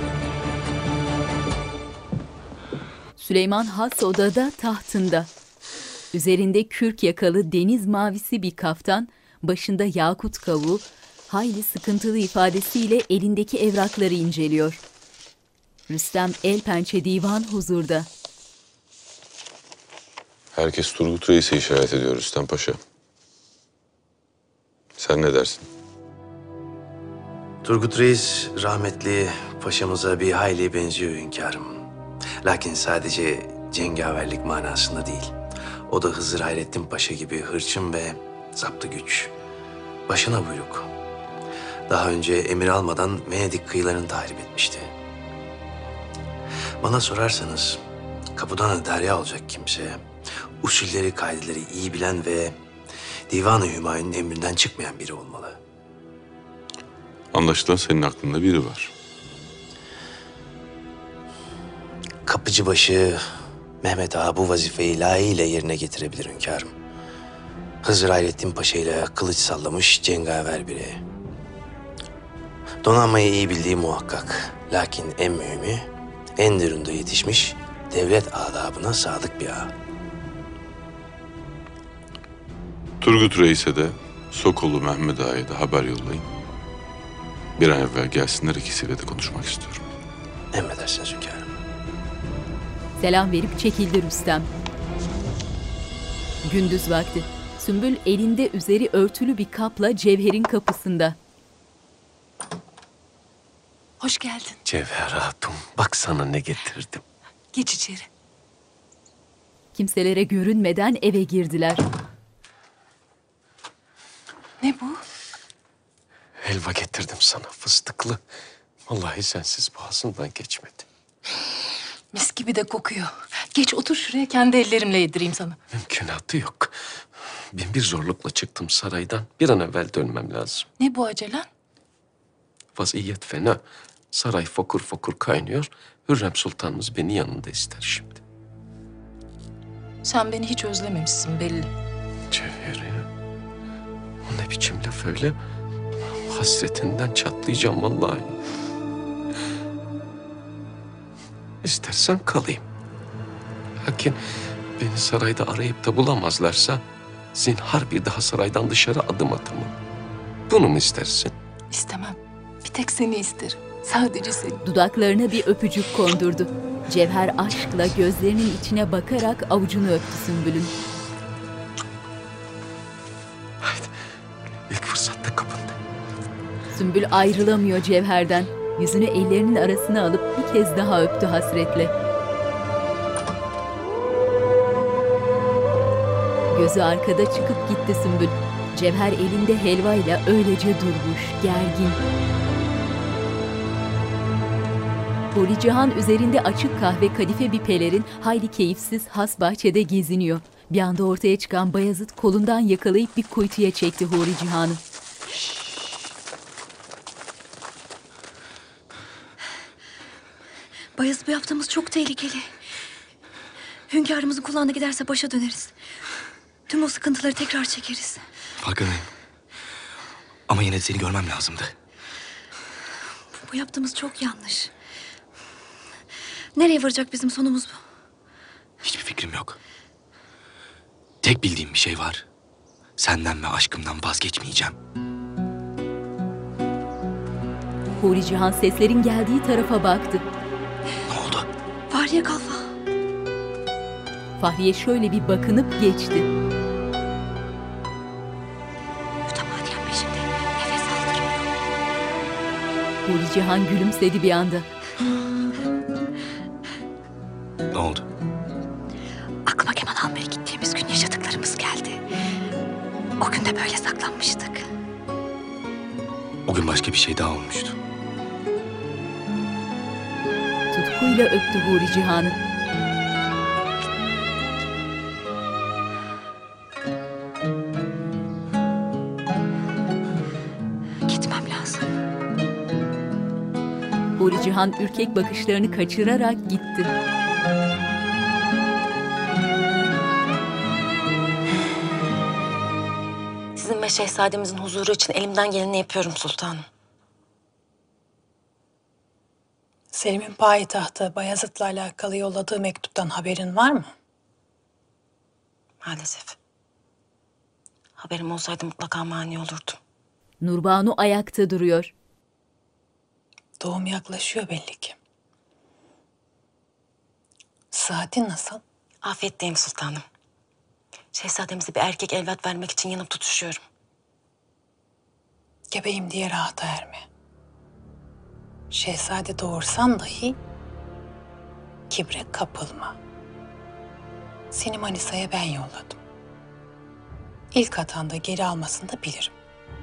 Süleyman has odada tahtında. Üzerinde kürk yakalı deniz mavisi bir kaftan, başında yakut kavuğu, hayli sıkıntılı ifadesiyle elindeki evrakları inceliyor. Rüstem el pençe divan huzurda. Herkes Turgut Reis'e işaret ediyor Rüstem Paşa. Sen ne dersin? Turgut Reis rahmetli paşamıza bir hayli benziyor hünkârım. Lakin sadece cengaverlik manasında değil. O da Hızır Hayrettin Paşa gibi hırçın ve zaptı güç. Başına buyruk. Daha önce emir almadan Venedik kıyılarını tahrip etmişti. Bana sorarsanız kapıdan derya olacak kimse, usulleri, kaideleri iyi bilen ve Divan-ı Hümayun'un emrinden çıkmayan biri olmalı. Anlaşılan senin aklında biri var. Kapıcıbaşı Mehmet Ağa bu vazifeyi layığıyla yerine getirebilir hünkârım. Hızır Hayrettin Paşa ile kılıç sallamış cengaver biri. Donanmayı iyi bildiği muhakkak. Lakin en mühimi, Enderun'da yetişmiş devlet adabına sadık bir ağa. Turgut Reis'e de Sokollu Mehmet Ağa'ya da haber yollayın. Bir an evvel gelsinler, ikisiyle de konuşmak istiyorum. Emredersiniz hünkârım. Selam verip çekildi Rüstem. Gündüz vakti. Sümbül elinde üzeri örtülü bir kapla Cevher'in kapısında. Hoş geldin. Cevher Hatun, bak sana ne getirdim. Geç içeri. Kimselere görünmeden eve girdiler. Ne bu? Helva getirdim sana fıstıklı. Vallahi sensiz boğazımdan geçmedi. Mis gibi de kokuyor. Geç otur şuraya, kendi ellerimle yedireyim sana. Mümkünatı yok. Bin bir zorlukla çıktım saraydan. Bir an evvel dönmem lazım. Ne bu acelen? Vaziyet fena. Saray fokur fokur kaynıyor. Hürrem Sultanımız beni yanında ister şimdi. Sen beni hiç özlememişsin belli. Cevher ya. O ne biçim laf öyle? Hasretinden çatlayacağım vallahi. İstersen kalayım. Lakin beni sarayda arayıp da bulamazlarsa zinhar bir daha saraydan dışarı adım atamam. Bunu mu istersin? İstemem. Bir tek seni isterim. Sadece seni. Dudaklarına bir öpücük kondurdu. Cevher aşkla gözlerinin içine bakarak avucunu öptü Sümbül'ün. Haydi ilk fırsatta kapında. Sümbül ayrılamıyor Cevher'den. Yüzünü ellerinin arasına alıp bir kez daha öptü hasretle. Gözü arkada çıkıp gitti Sümbül. Cevher elinde helvayla öylece durmuş, gergin. Huri Cihan üzerinde açık kahve kadife bir pelerin hayli keyifsiz has bahçede geziniyor. Bir anda ortaya çıkan Bayezid kolundan yakalayıp bir kuytuya çekti Huri Cihan'ı. Bayezid, bu yaptığımız çok tehlikeli. Hünkârımızın kulağına giderse başa döneriz. Tüm o sıkıntıları tekrar çekeriz. Farkındayım. Ama yine de seni görmem lazımdı. Bu yaptığımız çok yanlış. Nereye varacak bizim sonumuz bu? Hiçbir fikrim yok. Tek bildiğim bir şey var. Senden ve aşkımdan vazgeçmeyeceğim. Huri Cihan seslerin geldiği tarafa baktı. Ne oldu? Fahriye Kalfa. Fahriye şöyle bir bakınıp geçti. Mütemadiyen peşimde. Nefes aldırmıyor. Huri Cihan gülümsedi bir anda. Ne oldu? Aklıma keman almaya gittiğimiz gün yaşadıklarımız geldi. O gün de böyle saklanmıştık. O gün başka bir şey daha olmuştu. Tutkuyla öptü Huri Cihan'ı. Gitmem lazım. Huri Cihan ürkek bakışlarını kaçırarak gitti. Sizin ve şehzademizin huzuru için elimden geleni yapıyorum sultanım. Selim'in payitahtı Bayezid'le alakalı yolladığı mektuptan haberin var mı? Maalesef. Haberim olsaydı mutlaka mani olurdum. Nurbanu ayakta duruyor. Doğum yaklaşıyor belli ki. Sıhhatin nasıl? Afiyetteyim sultanım. Şehzademize bir erkek evlat vermek için yanıp tutuşuyorum. Gebeyim diye rahata erme. Şehzade doğursan dahi kibre kapılma. Seni Manisa'ya ben yolladım. İlk hatanda geri almasını da bilirim.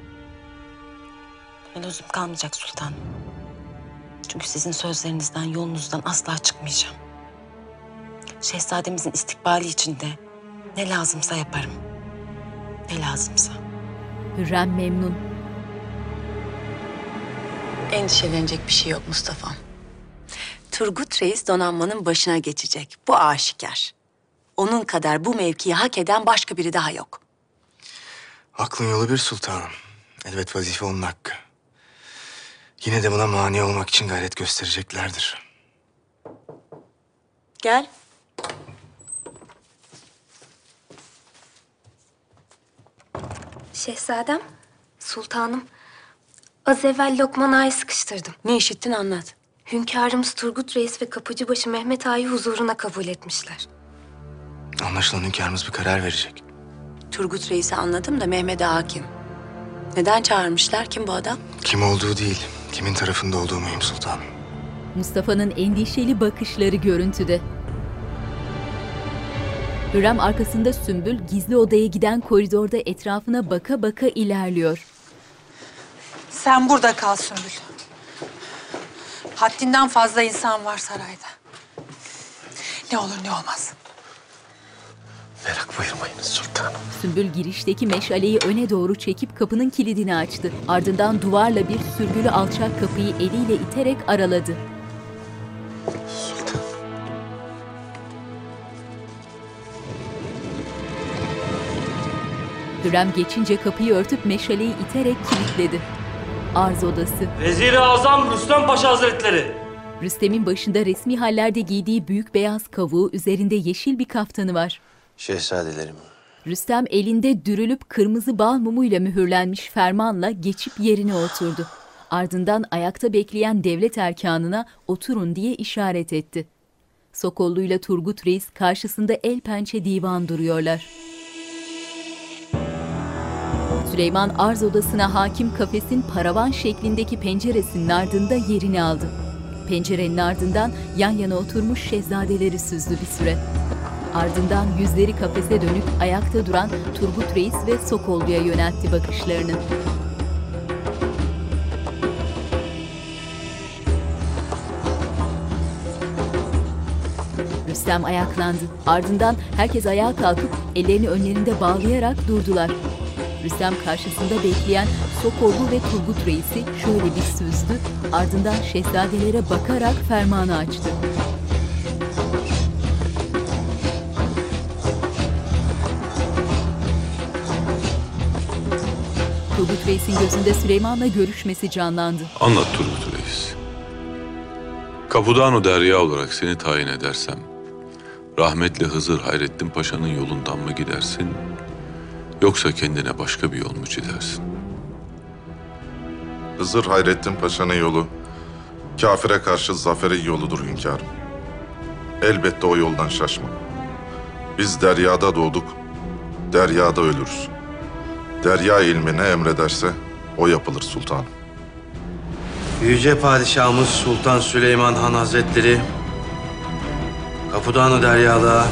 Buna lüzum kalmayacak sultanım. Çünkü sizin sözlerinizden, yolunuzdan asla çıkmayacağım. Şehzademizin istikbali için de ne lazımsa yaparım. Ne lazımsa. Hürrem memnun. Endişelenecek bir şey yok Mustafa'm. Turgut Reis donanmanın başına geçecek. Bu aşikar. Onun kadar bu mevkiyi hak eden başka biri daha yok. Aklın yolu bir sultanım. Elbet vazife onun hakkı. Yine de buna mani olmak için gayret göstereceklerdir. Gel. Şehzadem, sultanım. Az evvel Lokman Ağa'yı sıkıştırdım. Ne işittin anlat. Hünkârımız Turgut Reis ve Kapıcıbaşı Mehmet Ağa'yı huzuruna kabul etmişler. Anlaşılan hünkârımız bir karar verecek. Turgut Reis'i anladım da Mehmet Ağa kim? Neden çağırmışlar? Kim bu adam? Kim olduğu değil, kimin tarafında olduğu mühim sultanım. Mustafa'nın endişeli bakışları görüntüde. Hürrem arkasında Sümbül gizli odaya giden koridorda etrafına baka baka ilerliyor. Sen burada kal Sümbül. Haddinden fazla insan var sarayda. Ne olur ne olmaz. Merak buyurmayınız sultanım. Sümbül girişteki meşaleyi öne doğru çekip kapının kilidini açtı. Ardından duvarla bir sürgülü alçak kapıyı eliyle iterek araladı. Hürrem geçince kapıyı örtüp meşaleyi iterek kilitledi. Arz odası. Vezir-i Azam Rüstem Paşa Hazretleri. Rüstem'in başında resmi hallerde giydiği büyük beyaz kavuğu, üzerinde yeşil bir kaftanı var. Şehzadelerim. Rüstem elinde dürülüp kırmızı bal mumuyla mühürlenmiş fermanla geçip yerine oturdu. Ardından ayakta bekleyen devlet erkanına oturun diye işaret etti. Sokollu'yla Turgut Reis karşısında el pençe divan duruyorlar. Süleyman arz odasına hakim kafesin paravan şeklindeki penceresinin ardında yerini aldı. Pencerenin ardından yan yana oturmuş şehzadeleri süzdü bir süre. Ardından yüzleri kafese dönük ayakta duran Turgut Reis ve Sokollu'ya yöneltti bakışlarını. Rüstem ayaklandı. Ardından herkes ayağa kalkıp ellerini önlerinde bağlayarak durdular. Rüstem karşısında bekleyen Sokollu ve Turgut Reis'i şöyle bir süzdü. Ardından şehzadelere bakarak fermanı açtı. Turgut Reis'in gözünde Süleyman'la görüşmesi canlandı. Anlat Turgut Reis. Kapudano Derya olarak seni tayin edersem, rahmetli Hızır Hayrettin Paşa'nın yolundan mı gidersin, yoksa kendine başka bir yol mu çizersin? Hızır Hayrettin Paşa'nın yolu, kafire karşı zaferin yoludur hünkârım. Elbette o yoldan şaşma. Biz deryada doğduk, deryada ölürüz. Derya ilmi ne emrederse o yapılır sultanım. Yüce Padişahımız Sultan Süleyman Han Hazretleri Kapudano Deryalığa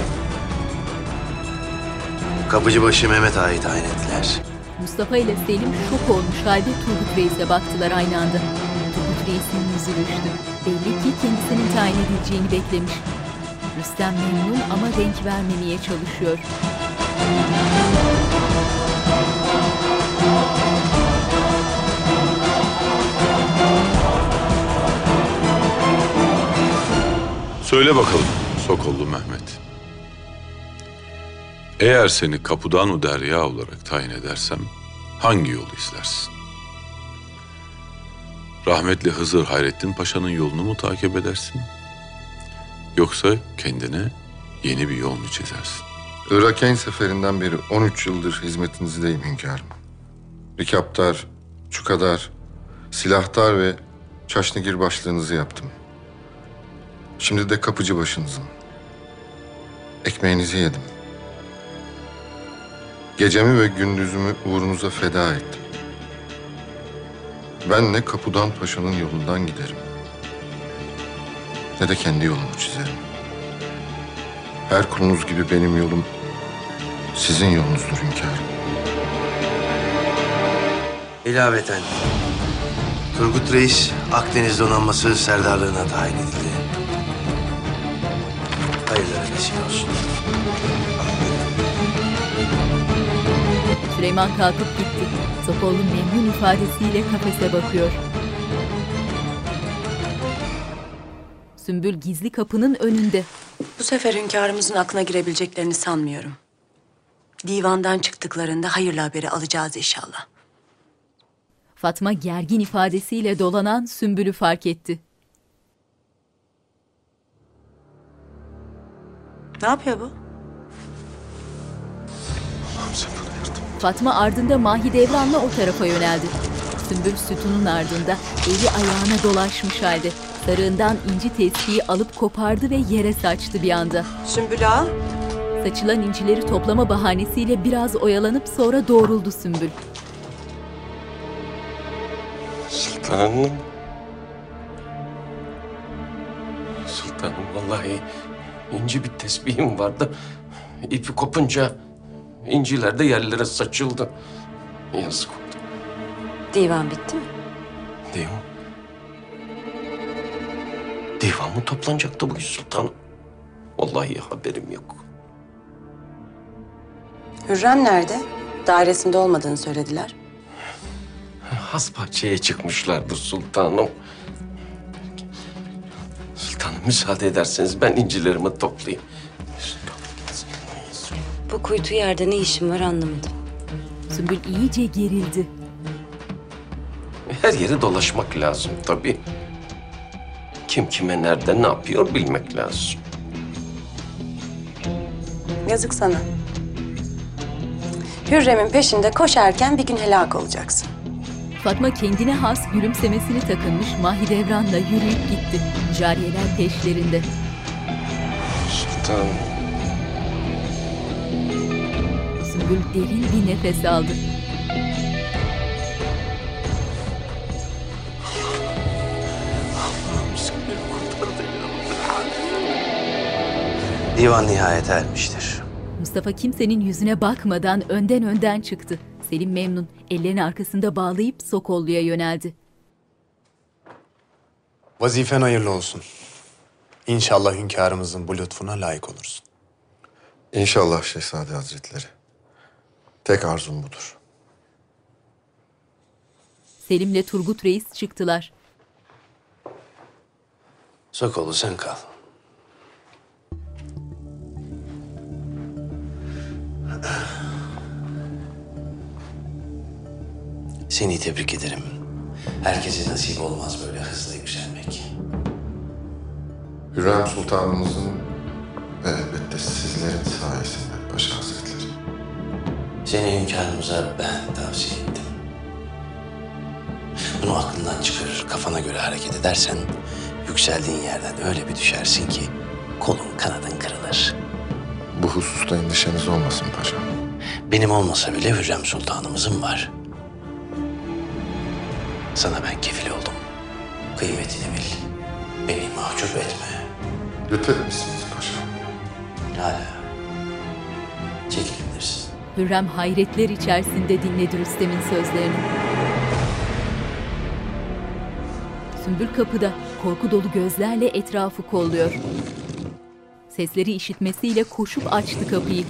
Kapıcıbaşı Mehmet Ağa'yı tayin ettiler. Mustafa ile Selim şok olmuş halde Turgut Reis'e baktılar aynı anda. Turgut Reis'in yüzü düştü. Belli ki kendisinin tayin edileceğini beklemiş. Rüstem memnun ama renk vermemeye çalışıyor. Söyle bakalım Sokollu Mehmet. Eğer seni Kapudano Derya olarak tayin edersem hangi yolu izlersin? Rahmetli Hızır Hayrettin Paşa'nın yolunu mu takip edersin? Yoksa kendine yeni bir yol mu çizersin? Iraken seferinden beri 13 yıldır hizmetinizdeyim hünkârım. Rikaptar, çukadar, silahtar ve çaşnigir başlığınızı yaptım. Şimdi de kapıcı başınızım. Ekmeğinizi yedim. Gecemi ve gündüzümü uğrunuza feda ettim. Ben ne Kapudan Paşa'nın yolundan giderim, ne de kendi yolumu çizerim. Her kulunuz gibi benim yolum sizin yolunuzdur hünkârım. İlaveten Turgut Reis Akdeniz Donanması Serdarlığına tayin edildi. Hayırlara vesile olsun. Süleyman kalkıp gitti. Sokollu memnun ifadesiyle kafese bakıyor. Sümbül gizli kapının önünde. Bu sefer hünkârımızın aklına girebileceklerini sanmıyorum. Divandan çıktıklarında hayırlı haberi alacağız inşallah. Fatma gergin ifadesiyle dolanan Sümbül'ü fark etti. Ne yapıyor bu? Fatma ardında Mahidevran'la o tarafa yöneldi. Sümbül sütunun ardında eli ayağına dolaşmış halde. Sarığından inci tespihi alıp kopardı ve yere saçtı bir anda. Sümbül ağa. Saçılan incileri toplama bahanesiyle biraz oyalanıp sonra doğruldu Sümbül. Sultanım. Sultanım vallahi inci bir tesbihim vardı. İpi kopunca inciler de yerlere saçıldı. Yazık oldu. Divan bitti mi? Divan mı toplanacaktı bugün sultanım? Vallahi haberim yok. Hürrem nerede? Dairesinde olmadığını söylediler. Hasbahçe'ye çıkmışlardır sultanım. Sultanım müsaade ederseniz ben incilerimi toplayayım. Bu kuytu yerde ne işim var anlamadım. Sümbül iyice gerildi. Her yeri dolaşmak lazım tabii. Kim kime nerede ne yapıyor bilmek lazım. Yazık sana. Hürrem'in peşinde koşarken bir gün helak olacaksın. Fatma kendine has gülümsemesini takınmış Mahidevran'la yürüyüp gitti. Cariyeler peşlerinde. Sultanım. Sümbül derin bir nefes aldı. Divan nihayet ermiştir. Mustafa kimsenin yüzüne bakmadan önden çıktı. Selim memnun, ellerini arkasında bağlayıp Sokollu'ya yöneldi. Vazifen hayırlı olsun. İnşallah hünkârımızın bu lütfuna layık olursun. İnşallah Şehzade Hazretleri. Tek arzum budur. Selim'le Turgut Reis çıktılar. Sokoğlu sen kal. Seni tebrik ederim. Herkese nasip olmaz böyle hızlı yükselmek. Hürrem Sultanımızın ve elbette sizlerin sayesinde Paşa Hazretleri. Seni hünkârımıza ben tavsiye ettim. Bunu aklından çıkarır, kafana göre hareket edersen yükseldiğin yerden öyle bir düşersin ki kolun kanadın kırılır. Bu hususta endişeniz olmasın paşam. Benim olmasa bile Hürrem Sultanımızın var. Sana ben kefil oldum. Kıymetini bil. Beni mahcup etme. Lütfetmişsiniz paşam. Hala. Çekilebilirsin. Hürrem hayretler içerisinde dinledi Rüstem'in sözlerini. Sümbül kapıda korku dolu gözlerle etrafı kolluyor. Sesleri işitmesiyle koşup açtı kapıyı.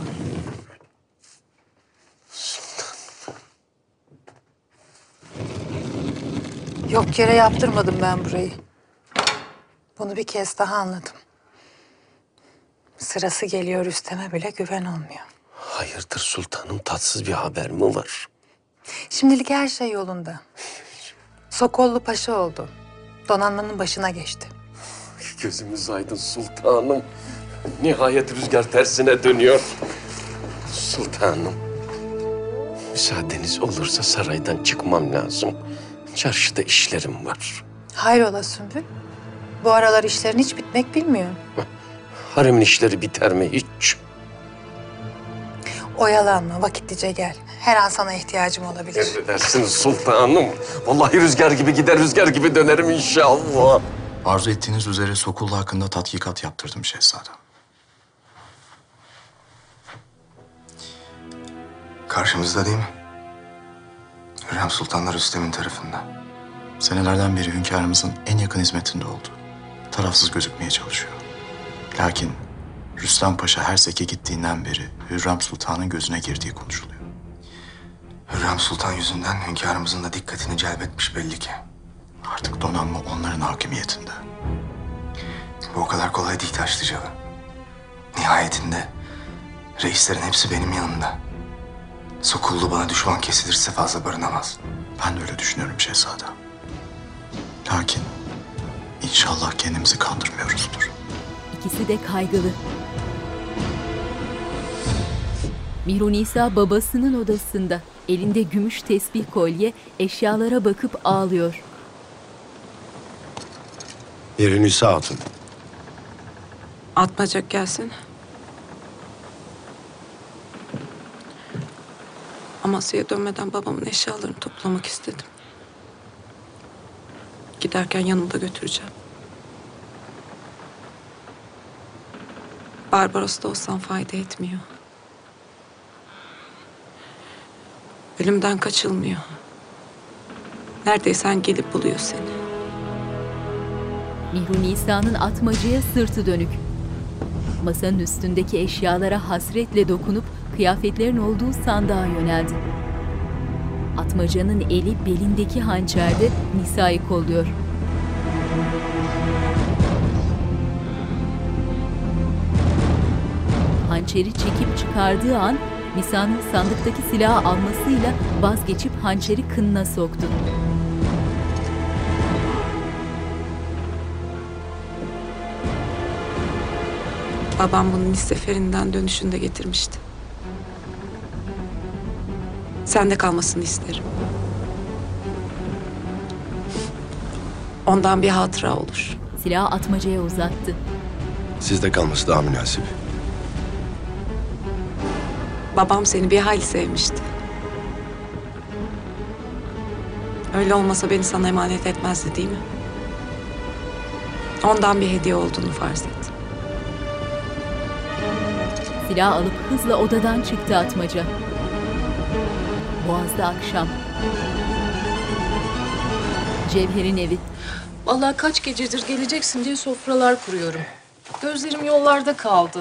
Yok yere yaptırmadım ben burayı. Bunu bir kez daha anladım. Sırası geliyor Rüstem'e bile güven olmuyor. Hayırdır sultanım, tatsız bir haber mi var? Şimdilik her şey yolunda. Sokollu Paşa oldu. Donanmanın başına geçti. Gözümüz aydın sultanım. Nihayet rüzgar tersine dönüyor. Sultanım, müsaadeniz olursa saraydan çıkmam lazım. Çarşıda işlerim var. Hayrola Sümbül? Bu aralar işlerin hiç bitmek bilmiyor. Haremin işleri biter mi hiç? Oyalanma, vakitlice gel. Her an sana ihtiyacım olabilir. Emredersiniz sultanım. Vallahi rüzgar gibi gider, rüzgar gibi dönerim inşallah. Arzu ettiğiniz üzere Sokullu hakkında tatbikat yaptırdım şehzadem. Karşımızda değil mi? Hürrem Sultanlar Rüstem'in tarafında. Senelerden beri hünkârımızın en yakın hizmetinde oldu. Tarafsız gözükmeye çalışıyor. Lakin Rüstem Paşa her seke gittiğinden beri Hürrem Sultan'ın gözüne girdiği konuşuluyor. Hürrem Sultan yüzünden hünkârımızın da dikkatini celbetmiş belli ki. Artık donanma onların hakimiyetinde. Bu o kadar kolay değil Taşlıcalı. Nihayetinde reislerin hepsi benim yanımda. Sokullu bana düşman kesilirse fazla barınamaz. Ben de öyle düşünüyorum şehzadem. Lakin inşallah kendimizi kandırmıyoruzdur. İkisi de kaygılı. Mihrunisa babasının odasında. Elinde gümüş tesbih kolye, eşyalara bakıp ağlıyor. Mihrunisa Hatun. Atmacak gelsin. Amasya'ya dönmeden babamın eşyalarını toplamak istedim. Giderken yanımda götüreceğim. Barbaros'ta olsam fayda etmiyor. Ölümden kaçılmıyor. Neredeysen gelip buluyor seni. Mihrunisa'nın atmacaya sırtı dönük. Masanın üstündeki eşyalara hasretle dokunup kıyafetlerin olduğu sandığa yöneldi. Atmacanın eli belindeki hançerde Nisa'yı kolluyor. Hançeri çekip çıkardığı an Nisa'nın sandıktaki silahı almasıyla vazgeçip hançeri kınına soktu. Babam bunu Nis seferinden dönüşünde getirmişti. Sende kalmasını isterim. Ondan bir hatıra olur. Silahı atmacaya uzattı. Sizde kalması daha münasip. Babam seni bir hayli sevmişti. Öyle olmasa beni sana emanet etmezdi değil mi? Ondan bir hediye olduğunu farz et. Silah alıp hızla odadan çıktı atmaca. Boğaz'da akşam. Cevher'in evi. Vallahi kaç gecedir geleceksin diye sofralar kuruyorum. Gözlerim yollarda kaldı.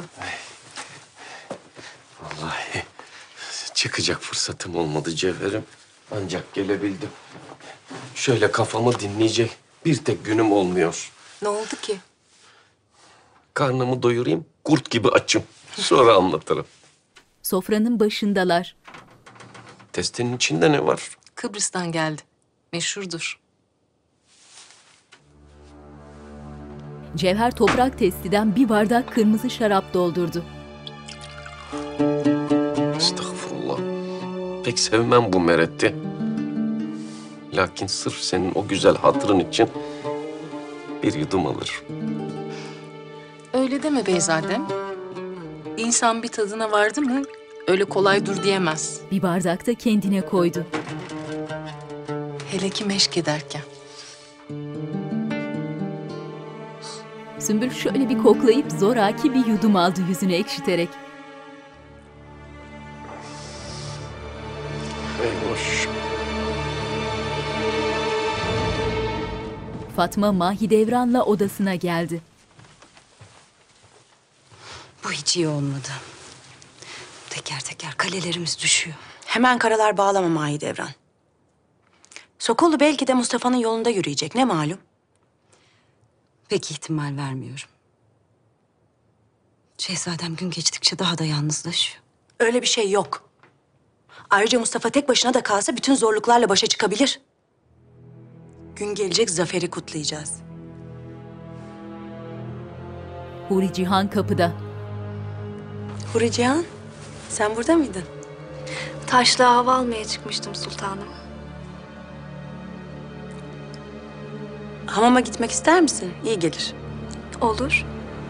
Vallahi çıkacak fırsatım olmadı Cevher'im. Ancak gelebildim. Şöyle kafamı dinleyecek bir tek günüm olmuyor. Ne oldu ki? Karnımı doyurayım, kurt gibi açım. Sonra anlatırım. Sofranın başındalar. Testinin içinde ne var? Kıbrıs'tan geldi. Meşhurdur. Cevher toprak testiden bir bardak kırmızı şarap doldurdu. Estağfurullah. Pek sevmem bu meretti. Lakin sırf senin o güzel hatırın için bir yudum alır. Öyle deme Beyzadem. İnsan bir tadına vardı mı öyle kolay dur diyemez. Bir bardak da kendine koydu. Hele ki meşk ederken. Sümbül şöyle bir koklayıp zoraki bir yudum aldı yüzünü ekşiterek. Eyvoş. Fatma Mahidevran'la odasına geldi. Bu hiç iyi olmadı. Teker teker kalelerimiz düşüyor. Hemen karalar bağlama Mahidevran. Sokollu belki de Mustafa'nın yolunda yürüyecek. Ne malum? Pek ihtimal vermiyorum. Şehzadem gün geçtikçe daha da yalnızlaşıyor. Öyle bir şey yok. Ayrıca Mustafa tek başına da kalsa bütün zorluklarla başa çıkabilir. Gün gelecek zaferi kutlayacağız. Huri Cihan kapıda. Huri Cihan, sen burada mıydın? Taşlığa hava almaya çıkmıştım sultanım. Hamama gitmek ister misin? İyi gelir. Olur.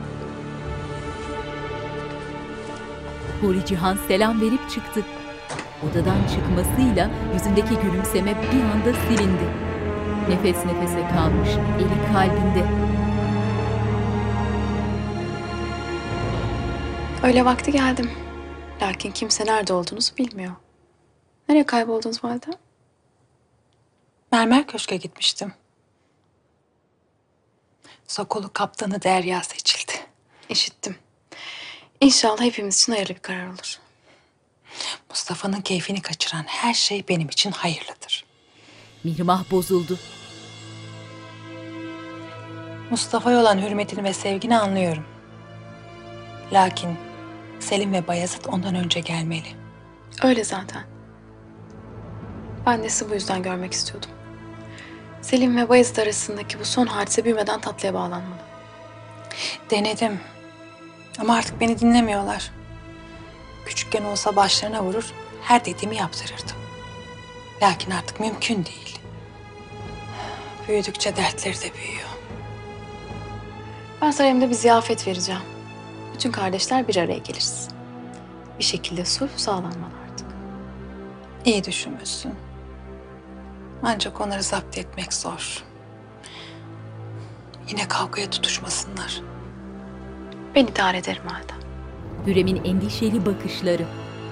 Huri Cihan selam verip çıktı. Odadan çıkmasıyla yüzündeki gülümseme bir anda silindi. Nefes nefese kalmış, eli kalbinde. Öyle vakti geldim. Lakin kimse nerede olduğunuzu bilmiyor. Nereye kayboldunuz valide? Mermer Köşk'e gitmiştim. Sokolu kaptanı Derya seçildi. İşittim. İnşallah hepimiz için hayırlı bir karar olur. Mustafa'nın keyfini kaçıran her şey benim için hayırlıdır. Mihrimah bozuldu. Mustafa'ya olan hürmetini ve sevgini anlıyorum. Lakin Selim ve Bayezid ondan önce gelmeli. Öyle zaten. Ben de sizi bu yüzden görmek istiyordum. Selim ve Bayezid arasındaki bu son hadise büyümeden tatlıya bağlanmalı. Denedim. Ama artık beni dinlemiyorlar. Küçükken olsa başlarına vurur, her dediğimi yaptırırdım. Lakin artık mümkün değil. Büyüdükçe dertleri de büyüyor. Ben sarayımda bir ziyafet vereceğim. Bütün kardeşler bir araya geliriz. Bir şekilde sulh sağlanmalı artık. İyi düşünmüşsün. Ancak onları zapt etmek zor. Yine kavgaya tutuşmasınlar. Ben idare ederim halde. Hürrem'in endişeli bakışları.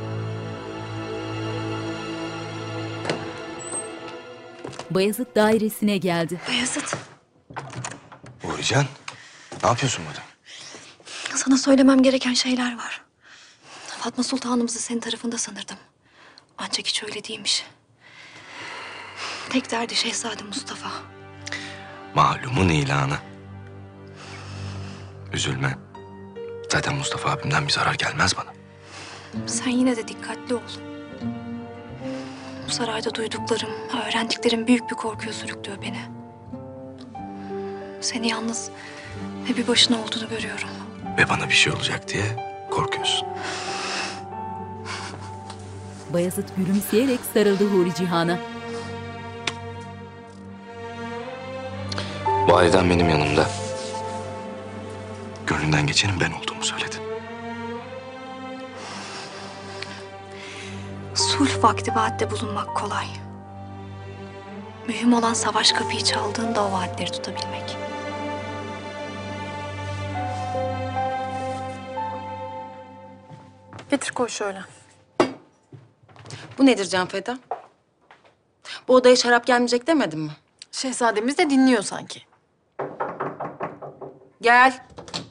Bayezid dairesine geldi. Bayezid, Uğurcan, ne yapıyorsun burada? sana söylemem gereken şeyler var. Fatma Sultanımızı senin tarafında sanırdım. Ancak hiç öyle değilmiş. Tek derdi Şehzade Mustafa. Malumun ilanı. Üzülme. Zaten Mustafa abimden bir zarar gelmez bana. Sen yine de dikkatli ol. Bu sarayda duyduklarım, öğrendiklerim büyük bir korkuya sürüklüyor beni. Seni yalnız ve bir başına olduğunu görüyorum. Ve bana bir şey olacak diye korkuyorsun. Bayezid gülümseyerek sarıldı Huri Cihan'a. Validen benim yanımda. Gönlünden geçenin ben olduğumu söyledi. Sulh vakti vaatte bulunmak kolay. Mühim olan savaş kapıyı çaldığında o vaatleri tutabilmek. Getir koy şöyle. Bu nedir Can Feda? Bu odaya şarap gelmeyecek demedim mi? Şehzademiz de dinliyor sanki. Gel.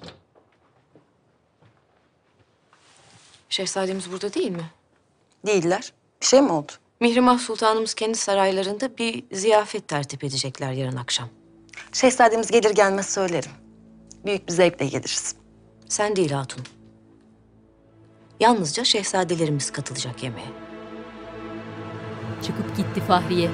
Şehzademiz burada değil mi? Değiller. Bir şey mi oldu? Mihrimah Sultanımız kendi saraylarında bir ziyafet tertip edecekler yarın akşam. Şehzademiz gelir gelmez söylerim. Büyük bir zevkle geliriz. Sen değil hatun. Yalnızca şehzadelerimiz katılacak yemeğe. Çıkıp gitti Fahriye.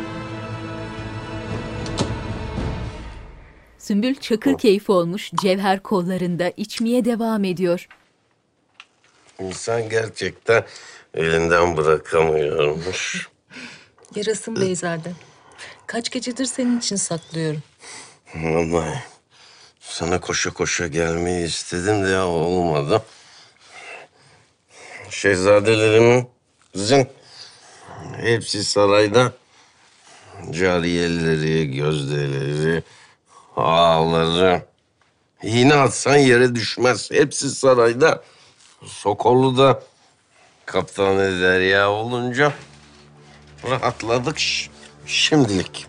Sümbül çakır keyfi olmuş, cevher kollarında içmeye devam ediyor. İnsan gerçekten elinden bırakamıyormuş. Yarasın Beyzadem. Kaç gecedir senin için saklıyorum. Vallahi sana koşa koşa gelmeyi istedim de olmadı. Şehzadelerimin kızın hepsi sarayda. Cariyeleri, gözdeleri, ağaları. İğne atsan yere düşmez. Hepsi sarayda. Sokollu'da Kaptanı Derya olunca rahatladık şimdilik.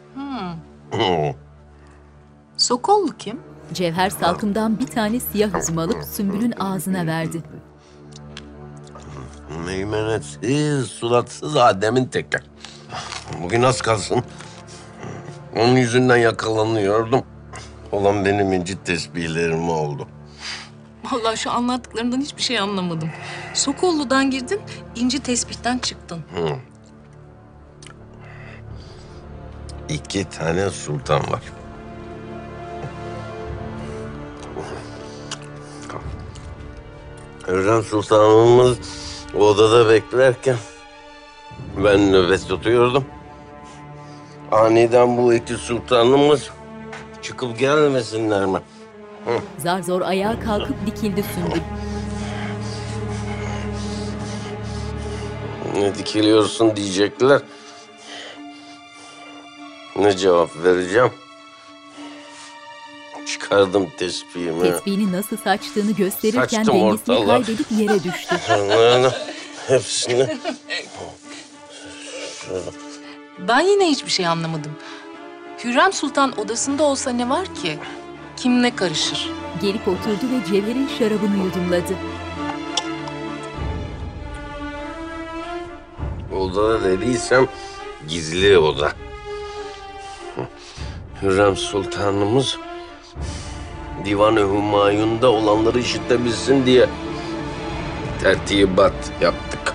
Sokollu kim? Cevher salkımdan bir tane siyah üzüm alıp Sümbül'ün ağzına verdi. Meymenetsiz, suratsız Adem'in teki. Bugün az kalsın onun yüzünden yakalanıyordum. Olan benim inci tesbihlerim oldu. Vallahi şu anlattıklarından hiçbir şey anlamadım. Sokollu'dan girdin, inci tespihten çıktın. 2 tane sultan var. Hürrem Sultanımız odada beklerken ben nöbet tutuyordum. Aniden bu 2 sultanımız çıkıp gelmesinler mi? Zar zor ayağa kalkıp dikildi Sümbül. Ne dikiliyorsun diyecekler. Ne cevap vereceğim? Çıkardım tesbihimi. Tesbihini nasıl saçtığını gösterirken Saçtım dengesini ortalığa. kaybedip yere düştü. Hepsini. Ben yine hiçbir şey anlamadım. Hürrem Sultan odasında olsa ne var ki? Kim ne karışır? Gelip oturdu ve Cevher'in şarabını yudumladı. Odada dediysem gizli oda. Hürrem Sultanımız Divan-ı Hümayun'da olanları işitebilsin diye tertibat yaptık.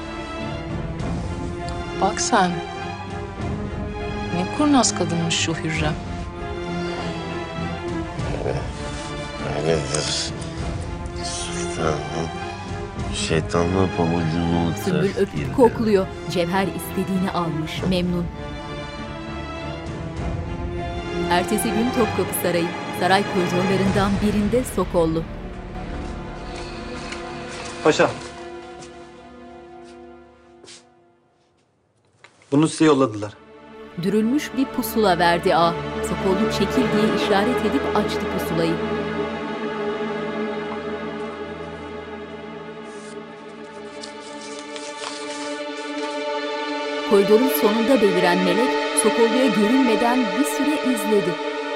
Bak sen. Ne kurnaz kadınmış şu Hürrem. Öyledir. Sultanım şeytanla pabucunu Sümbül öpüp kokluyor. Cevher istediğini almış, memnun. Ertesi gün Topkapı Sarayı. Saray koridorlarından birinde Sokollu. Paşa. Bunu size yolladılar. Dürülmüş bir pusula verdi ağa. Sokollu çekil diye işaret edip açtı pusulayı. Koridorun sonunda beliren melek Sokollu'ya görünmeden bir süre izledi.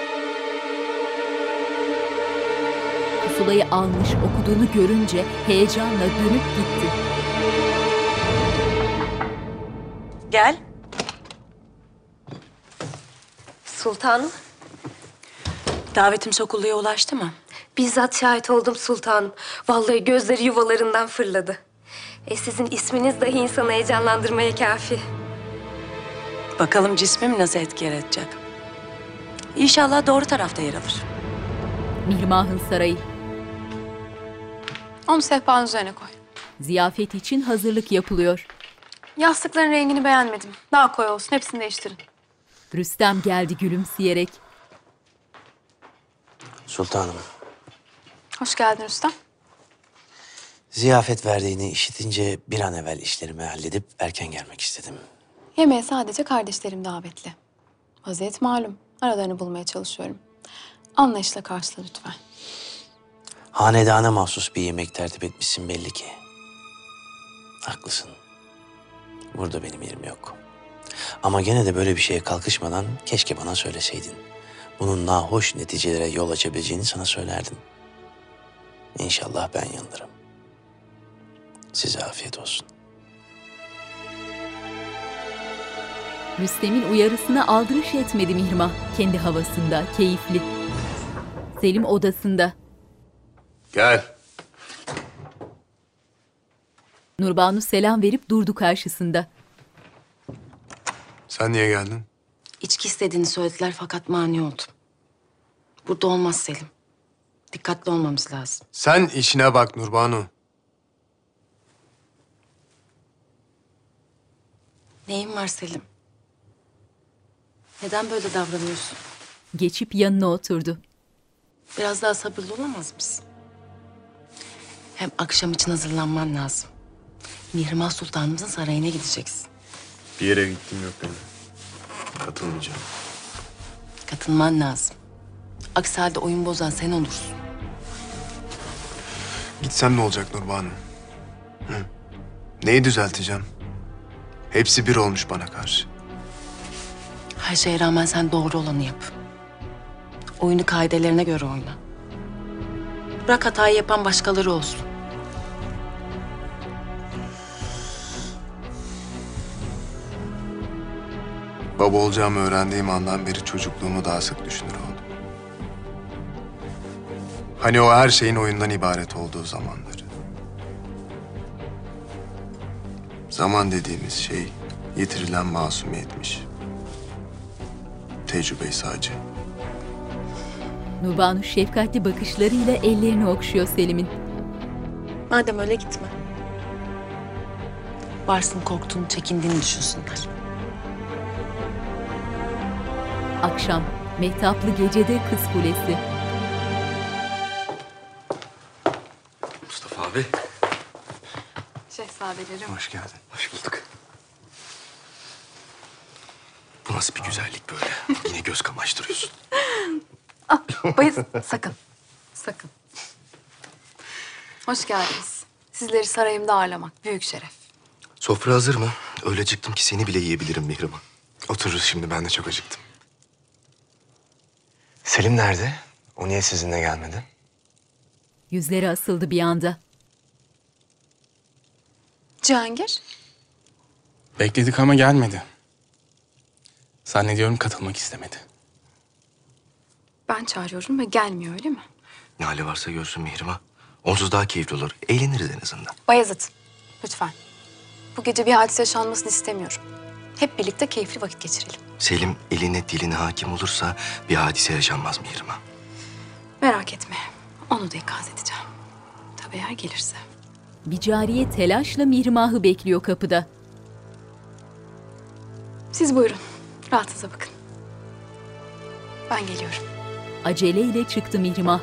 Pusulayı almış, okuduğunu görünce heyecanla dönüp gitti. Gel. Sultanım. Davetim Sokollu'ya ulaştı mı? Bizzat şahit oldum sultanım. Vallahi gözleri yuvalarından fırladı. Sizin isminiz dahi insanı heyecanlandırmaya kafi. Bakalım cismim nasıl etki yaratacak. İnşallah doğru tarafta yer alır. Mihrimah'ın sarayı. Onu sehpanın üzerine koy. Ziyafet için hazırlık yapılıyor. Yastıkların rengini beğenmedim. Daha koyu olsun. Hepsini değiştirin. Rüstem geldi gülümseyerek. Sultanım, Hoş geldin Rüstem. ziyafet verdiğini işitince bir an evvel işlerimi halledip erken gelmek istedim. Yemeğe sadece kardeşlerim davetli. Vaziyet malum. Aralarını bulmaya çalışıyorum. Anlayışla karşıla lütfen. Hanedana mahsus bir yemek tertip etmişsin belli ki. Haklısın. Burada benim yerim yok. Ama gene de böyle bir şeye kalkışmadan keşke bana söyleseydin. bunun nahoş neticelere yol açabileceğini sana söylerdim. İnşallah ben yanılırım. Size afiyet olsun. Rüstem'in uyarısına aldırış etmedi Mihrimah. Kendi havasında, keyifli. Selim odasında. Gel. Nurbanu selam verip durdu karşısında. Sen niye geldin? İçki istediğini söylediler fakat mani oldum. Burada olmaz Selim. Dikkatli olmamız lazım. Sen işine bak Nurbanu. Neyin var Selim? Neden böyle davranıyorsun? Geçip yanına oturdu. Biraz daha sabırlı olamaz mısın? Hem akşam için hazırlanman lazım. Mihrimah Sultanımızın sarayına gideceksin. Bir yere gittim yok benim. Katılmayacağım. Katılman lazım. Aksi halde oyun bozan sen olursun. Gitsem ne olacak Nurbanu? Hı? Neyi düzelteceğim? Hepsi bir olmuş bana karşı. Her şeye rağmen sen doğru olanı yap. Oyunu kaidelerine göre oyna. Bırak hatayı yapan başkaları olsun. Baba olacağımı öğrendiğim andan beri çocukluğumu daha sık düşünür oldum. Hani o her şeyin oyundan ibaret olduğu zamanları. Zaman dediğimiz şey yitirilen masumiyetmiş. Tecrübe sadece. Nurbanu şefkatli bakışlarıyla ellerini okşuyor Selim'in. Madem öyle gitme. Varsın korktuğunu, çekindiğini düşünsünler. Akşam, mehtaplı gecede Kız Kulesi. Mustafa abi. Şehzadelerim. Hoş geldin. Hoş bulduk. Bu nasıl bir güzellik böyle? Yine göz kamaştırıyorsun. Bayız, sakın. Sakın. Hoş geldiniz. Sizleri sarayımda ağırlamak büyük şeref. Sofra hazır mı? Öyle acıktım ki seni bile yiyebilirim Mihrimah. Otururuz şimdi, ben de çok acıktım. Selim nerede? O niye sizinle gelmedi? Yüzleri asıldı bir anda. Cihangir? Bekledik ama gelmedi. Zannediyorum katılmak istemedi. Ben çağırıyorum ve gelmiyor öyle mi? Ne hali varsa görsün Mihrimah. Onsuz daha keyifli olur. Eğleniriz en azından. Bayezid, lütfen. Bu gece bir hadise yaşanmasını istemiyorum. Hep birlikte keyifli vakit geçirelim. Selim eline diline hakim olursa bir hadise yaşanmaz Mihrimah. Merak etme. Onu da ikaz edeceğim. Tabii eğer gelirse. Bir cariye telaşla Mihrimah'ı bekliyor kapıda. Siz buyurun. Rahatınıza bakın. Ben geliyorum. Aceleyle çıktı Mihrimah.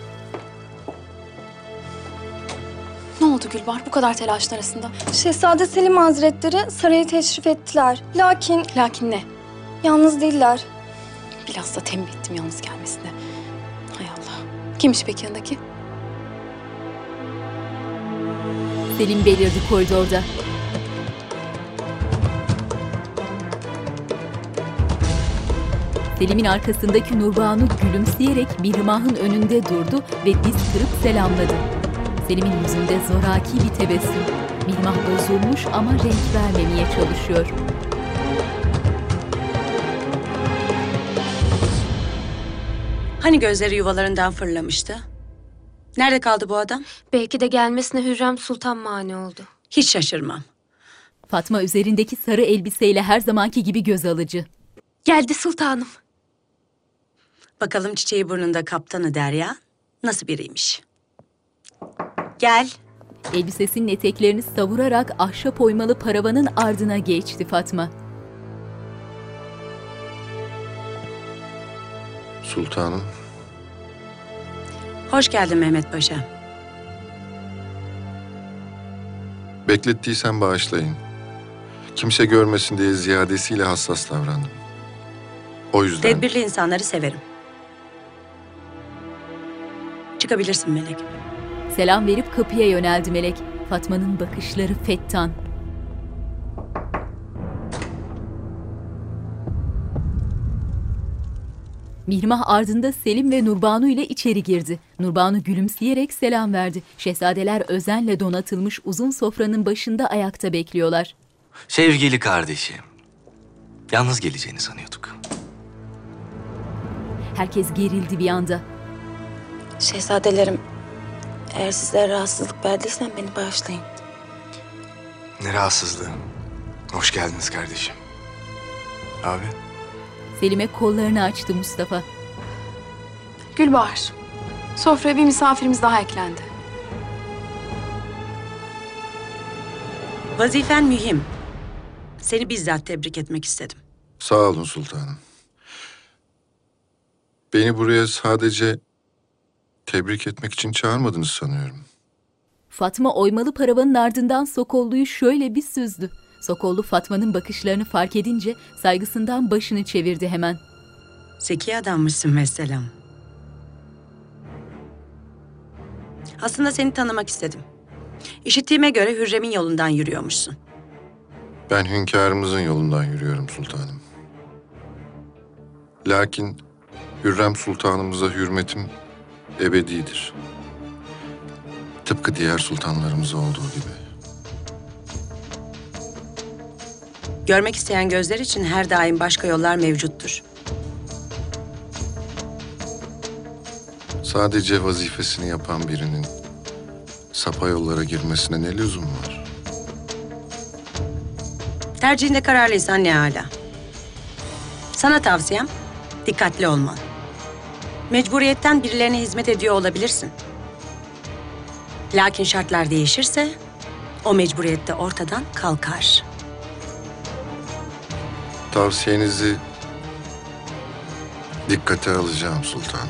Ne oldu Gülbar bu kadar telaşın arasında? Şehzade Selim Hazretleri saraya teşrif ettiler. Lakin Lakin ne? yalnız değiller. Biraz da tembih ettim yalnız gelmesine. Hay Allah. Kimmiş peki yanındaki? Selim belirdi koridorda. Selim'in arkasındaki Nurbanu gülümseyerek Mihrimah'ın önünde durdu ve diz kırıp selamladı. Selim'in yüzünde zoraki bir tebessüm. Mihrimah bozulmuş ama renk vermemeye çalışıyor. Hani gözleri yuvalarından fırlamıştı? Nerede kaldı bu adam? Belki de gelmesine Hürrem Sultan mani oldu. Hiç şaşırmam. Fatma üzerindeki sarı elbiseyle her zamanki gibi göz alıcı. Geldi sultanım. Bakalım çiçeği burnunda kaptanı Derya nasıl biriymiş? Gel. Elbisesinin eteklerini savurarak ahşap oymalı paravanın ardına geçti Fatma. Sultanım. Hoş geldin Mehmet Paşa. Beklettiysen bağışlayın. Kimse görmesin diye ziyadesiyle hassas davrandım. O yüzden... Tedbirli insanları severim. Çıkabilirsin Melek. Selam verip kapıya yöneldi Melek. Fatma'nın bakışları fettan. Mihrimah ardında Selim ve Nurbanu ile içeri girdi. Nurbanu gülümseyerek selam verdi. Şehzadeler özenle donatılmış uzun sofranın başında ayakta bekliyorlar. Sevgili kardeşim, yalnız geleceğini sanıyorduk. Herkes gerildi bir anda. Şehzadelerim, eğer sizlere rahatsızlık verdiysem beni bağışlayın. Ne rahatsızlığı. Hoş geldiniz kardeşim. Abi. Selim'e kollarını açtı Mustafa. Gülbahar, sofraya bir misafirimiz daha eklendi. Vazifen mühim. Seni bizzat tebrik etmek istedim. Sağ olun sultanım. Beni buraya sadece tebrik etmek için çağırmadınız sanıyorum. Fatma oymalı paravanın ardından Sokollu'yu şöyle bir süzdü. Sokollu Fatma'nın bakışlarını fark edince saygısından başını çevirdi hemen. Zeki adammışsın vesselam. Aslında seni tanımak istedim. İşittiğime göre Hürrem'in yolundan yürüyormuşsun. Ben hünkârımızın yolundan yürüyorum sultanım. Lakin Hürrem sultanımıza hürmetim ebedidir. Tıpkı diğer sultanlarımız olduğu gibi. Görmek isteyen gözler için her daim başka yollar mevcuttur. Sadece vazifesini yapan birinin sapa yollara girmesine ne lüzum var? Tercihinde kararlıysan ne âlâ. Sana tavsiyem dikkatli olman. Mecburiyetten birilerine hizmet ediyor olabilirsin. Lakin şartlar değişirse o mecburiyette ortadan kalkar. Tavsiyenizi dikkate alacağım sultanım.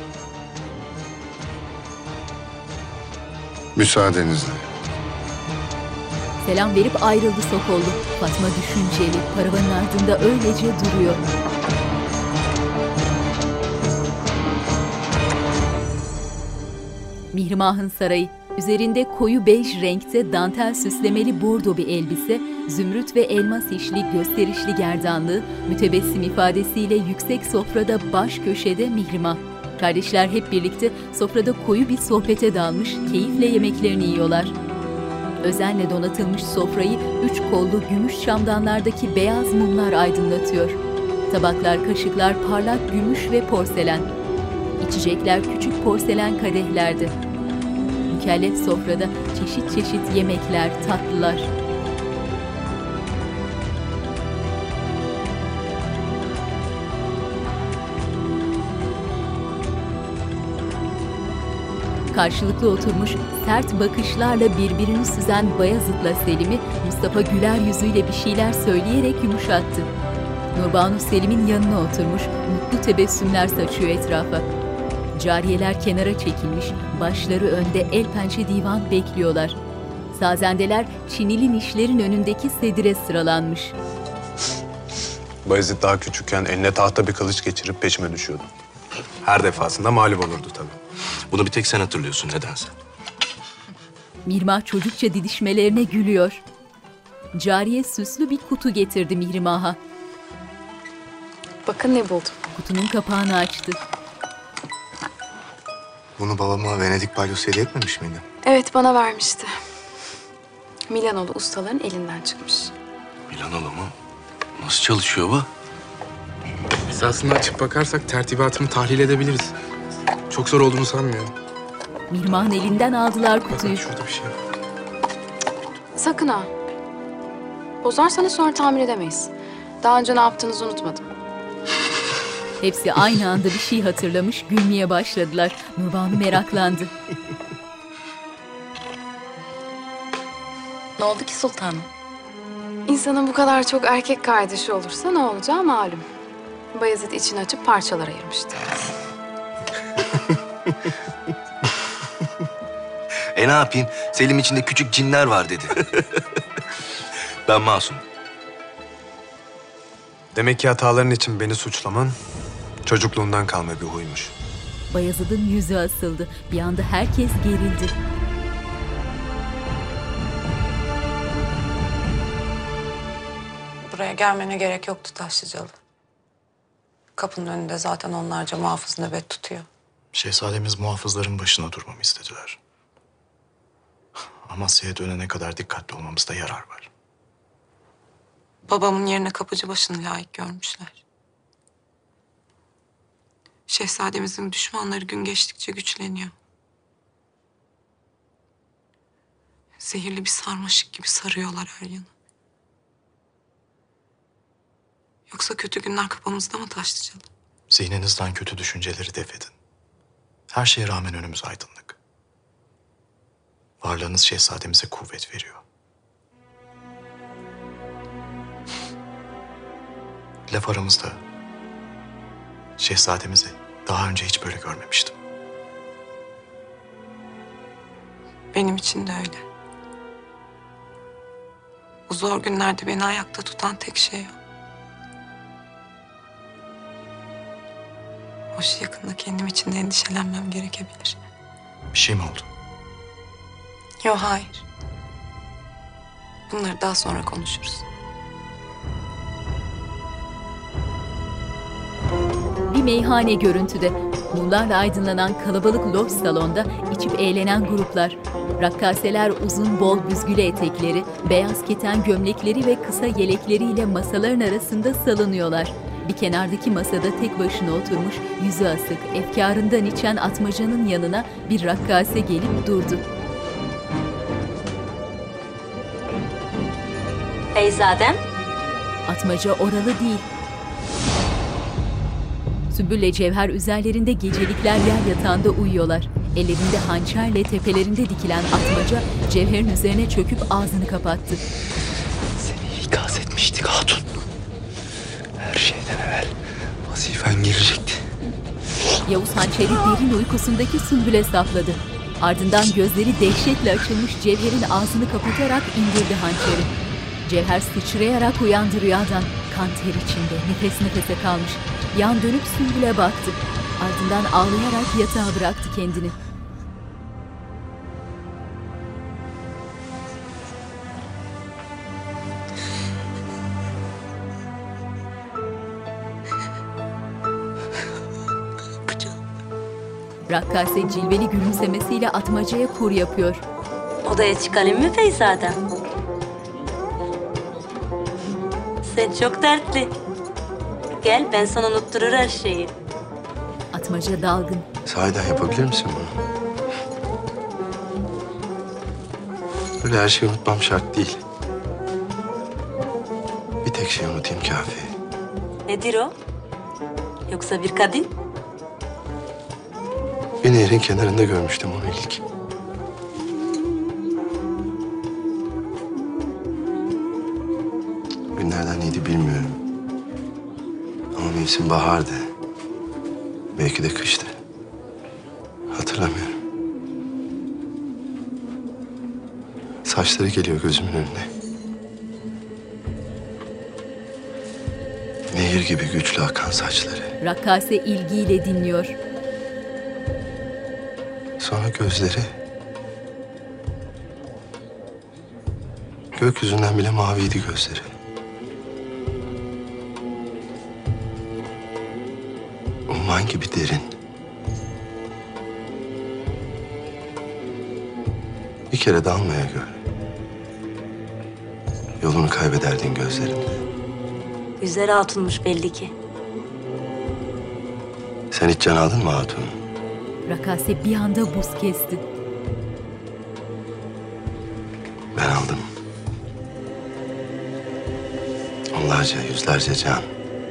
Müsaadenizle. Selam verip ayrıldı Sokollu. Fatma düşünceli, paravanın ardında öylece duruyor. Mihrimah'ın sarayı. Üzerinde koyu bej renkte dantel süslemeli bordo bir elbise, zümrüt ve elmas işli gösterişli gerdanlığı, mütebessim ifadesiyle yüksek sofrada baş köşede Mihrimah. Kardeşler hep birlikte sofrada koyu bir sohbete dalmış, keyifle yemeklerini yiyorlar. Özenle donatılmış sofrayı 3 kollu gümüş şamdanlardaki beyaz mumlar aydınlatıyor. Tabaklar, kaşıklar parlak gümüş ve porselen. İçecekler küçük porselen kadehlerde. Mükellef sofrada çeşit çeşit yemekler, tatlılar. Karşılıklı oturmuş, sert bakışlarla birbirini süzen Bayezid'le Selim'i Mustafa güler yüzüyle bir şeyler söyleyerek yumuşattı. Nurbanu Selim'in yanına oturmuş, mutlu tebessümler saçıyor etrafa. Cariyeler kenara çekilmiş, başları önde el pençe divan bekliyorlar. Sazendeler Çinili nişlerin önündeki sedire sıralanmış. Bayezid daha küçükken eline tahta bir kılıç geçirip peşime düşüyordu. Her defasında mağlup olurdu tabii. Bunu bir tek sen hatırlıyorsun nedense. Mihrimah çocukça didişmelerine gülüyor. Cariye süslü bir kutu getirdi Mihrimah'a. Bakın ne buldum. Kutunun kapağını açtı. Bunu babama Venedik balyosu hediye etmemiş miydi? Evet, bana vermişti. Milanolu ustaların elinden çıkmış. Milanolu mu? Nasıl çalışıyor bu? Biz aslında açıp bakarsak tertibatını tahlil edebiliriz. Çok zor olduğunu sanmıyorum. Mihrimah'ın elinden aldılar kutuyu. Şurada bir şey var. Sakın ha. Bozarsanız sonra tamir edemeyiz. Daha önce ne yaptığınızı unutmadım. Hepsi aynı anda bir şey hatırlamış, gülmeye başladılar. Nurbanu meraklandı. Ne oldu ki sultanım? İnsanın bu kadar çok erkek kardeşi olursa ne olacağı malum. Bayezid içini açıp parçalara ayırmıştı. Ne yapayım? Selim içinde küçük cinler var dedi. Ben masum. Demek ki hataların için beni suçlaman çocukluğundan kalma bir huymuş. Bayezid'in yüzü asıldı. Bir anda herkes gerildi. Buraya gelmene gerek yoktu Taşlıcalı. Kapının önünde zaten onlarca muhafız nöbet tutuyor. Şehzademiz muhafızların başına durmamı istediler. Amasya'ya dönene kadar dikkatli olmamızda yarar var. Babamın yerine kapıcı başını layık görmüşler. Şehzademizin düşmanları gün geçtikçe güçleniyor. Zehirli bir sarmaşık gibi sarıyorlar her yanı. Yoksa kötü günler kapımızda mı taştı canım? Zihninizden kötü düşünceleri def edin. Her şeye rağmen önümüz aydınlık. Varlığınız şehzademize kuvvet veriyor. Laf aramızda şehzademizi daha önce hiç böyle görmemiştim. Benim için de öyle. Bu zor günlerde beni ayakta tutan tek şey o. Hoş yakında kendim için de endişelenmem gerekebilir. Bir şey mi oldu? Yok, hayır. Bunları daha sonra konuşuruz. Bir meyhane görüntüde. Mumlarla aydınlanan kalabalık loş salonda içip eğlenen gruplar. Rakkaseler uzun bol büzgülü etekleri, beyaz keten gömlekleri ve kısa yelekleriyle masaların arasında salınıyorlar. Bir kenardaki masada tek başına oturmuş, yüzü asık, efkarından içen Atmaca'nın yanına bir rakkase gelip durdu. Beyzadem? Atmaca oralı değil. Sümbül'le Cevher üzerlerinde gecelikler yer yatağında uyuyorlar. Ellerinde hançerle tepelerinde dikilen Atmaca Cevher'in üzerine çöküp ağzını kapattı. Seni ikaz etmiştik hatun. Her şeyden evvel vazifen gelecekti. Yavuz hançeri derin uykusundaki Sümbül'e sapladı. Ardından gözleri dehşetle açılmış Cevher'in ağzını kapatarak indirdi hançeri. Cevher sıçrayarak uyandı rüyadan. Kan ter içinde nefes nefese kalmış. Yan dönüp Sümbül'e baktı. Ardından ağlayarak yatağa bıraktı kendini. Rakkase cilveli gülümsemesiyle Atmaca'ya kur yapıyor. Odaya çıkalım mı Beyzadem? Sen çok dertli. Gel ben sana unutturur her şeyi. Atmaca dalgın. Sahiden yapabilir misin bunu? Böyle her şeyi unutmam şart değil. Bir tek şey unutayım kafi. Nedir o? Yoksa bir kadın? Bir nehrin kenarında görmüştüm onu ilk. Günlerden neydi bilmiyorum. Ama mevsim bahardı. Belki de kıştı. Hatırlamıyorum. Saçları geliyor gözümün önüne. Nehir gibi güçlü akan saçları. Rakkase ilgiyle dinliyor. Sonra gözleri. Gökyüzünden bile maviydi gözleri. Umman gibi derin. Bir kere dalmaya gör. Yolunu kaybederdin gözlerinde. Güzel hatunmuş belli ki. Sen hiç can aldın mı hatun? Rakkase bir anda buz kesti. Ben aldım. Onlarca, yüzlerce can.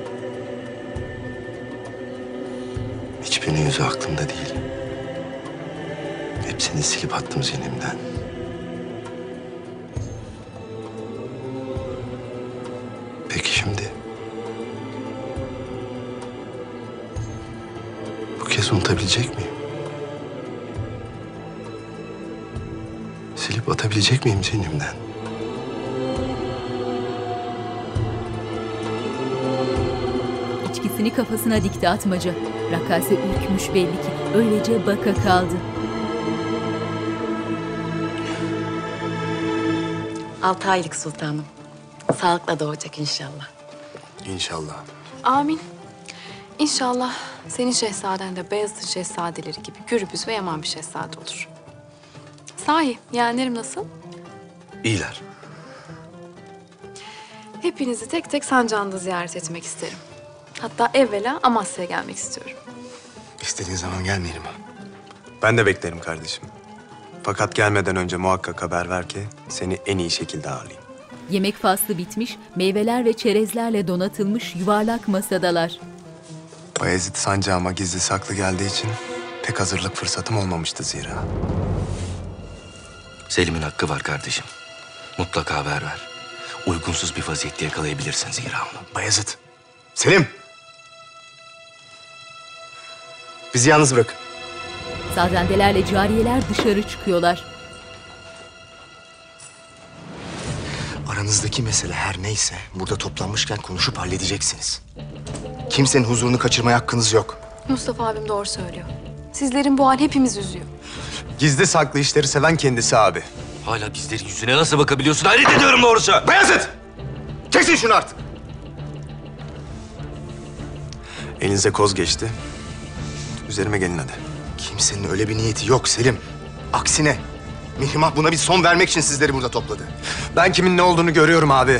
Hiçbirinin yüzü aklımda değil. Hepsini silip attım zihnimden. Peki şimdi? Bu kez unutabilecek miyim? Silip atabilecek miyim zihnimden? İçkisini kafasına dikti Atmaca. Rakkase ürkmüş belli ki. Öylece baka kaldı. 6 aylık sultanım. Sağlıkla doğacak inşallah. İnşallah. Amin. İnşallah senin şehzaden de Beyazıt'ın şehzadeleri gibi gürbüz ve yaman bir şehzade olur. Sahi yeğenlerim nasıl? İyiler. Hepinizi tek tek sancağında ziyaret etmek isterim. Hatta evvela Amasya'ya gelmek istiyorum. İstediğin zaman gel Mihrimah. Ben de beklerim kardeşim. Fakat gelmeden önce muhakkak haber ver ki seni en iyi şekilde ağırlayayım. Yemek faslı bitmiş, meyveler ve çerezlerle donatılmış yuvarlak masadalar. Bayezid sancağıma gizli saklı geldiği için pek hazırlık fırsatım olmamıştı zira. Selim'in hakkı var kardeşim. Mutlaka haber ver. Uygunsuz bir vaziyette yakalayabilirsin zira onu. Bayezid. Selim. Bizi yalnız bırakın. Sazendelerle cariyeler dışarı çıkıyorlar. Aranızdaki mesele her neyse burada toplanmışken konuşup halledeceksiniz. Kimsenin huzurunu kaçırmaya hakkınız yok. Mustafa abim doğru söylüyor. Sizlerin bu hal hepimiz üzüyor. Gizli saklı işleri seven kendisi abi. Hala bizlerin yüzüne nasıl bakabiliyorsun? Hayret ediyorum doğrusu. Bayezid! Kesin şunu artık. Elinize koz geçti. Üzerime gelin hadi. Kimsenin öyle bir niyeti yok Selim. Aksine Mihrimah buna bir son vermek için sizleri burada topladı. Ben kimin ne olduğunu görüyorum abi.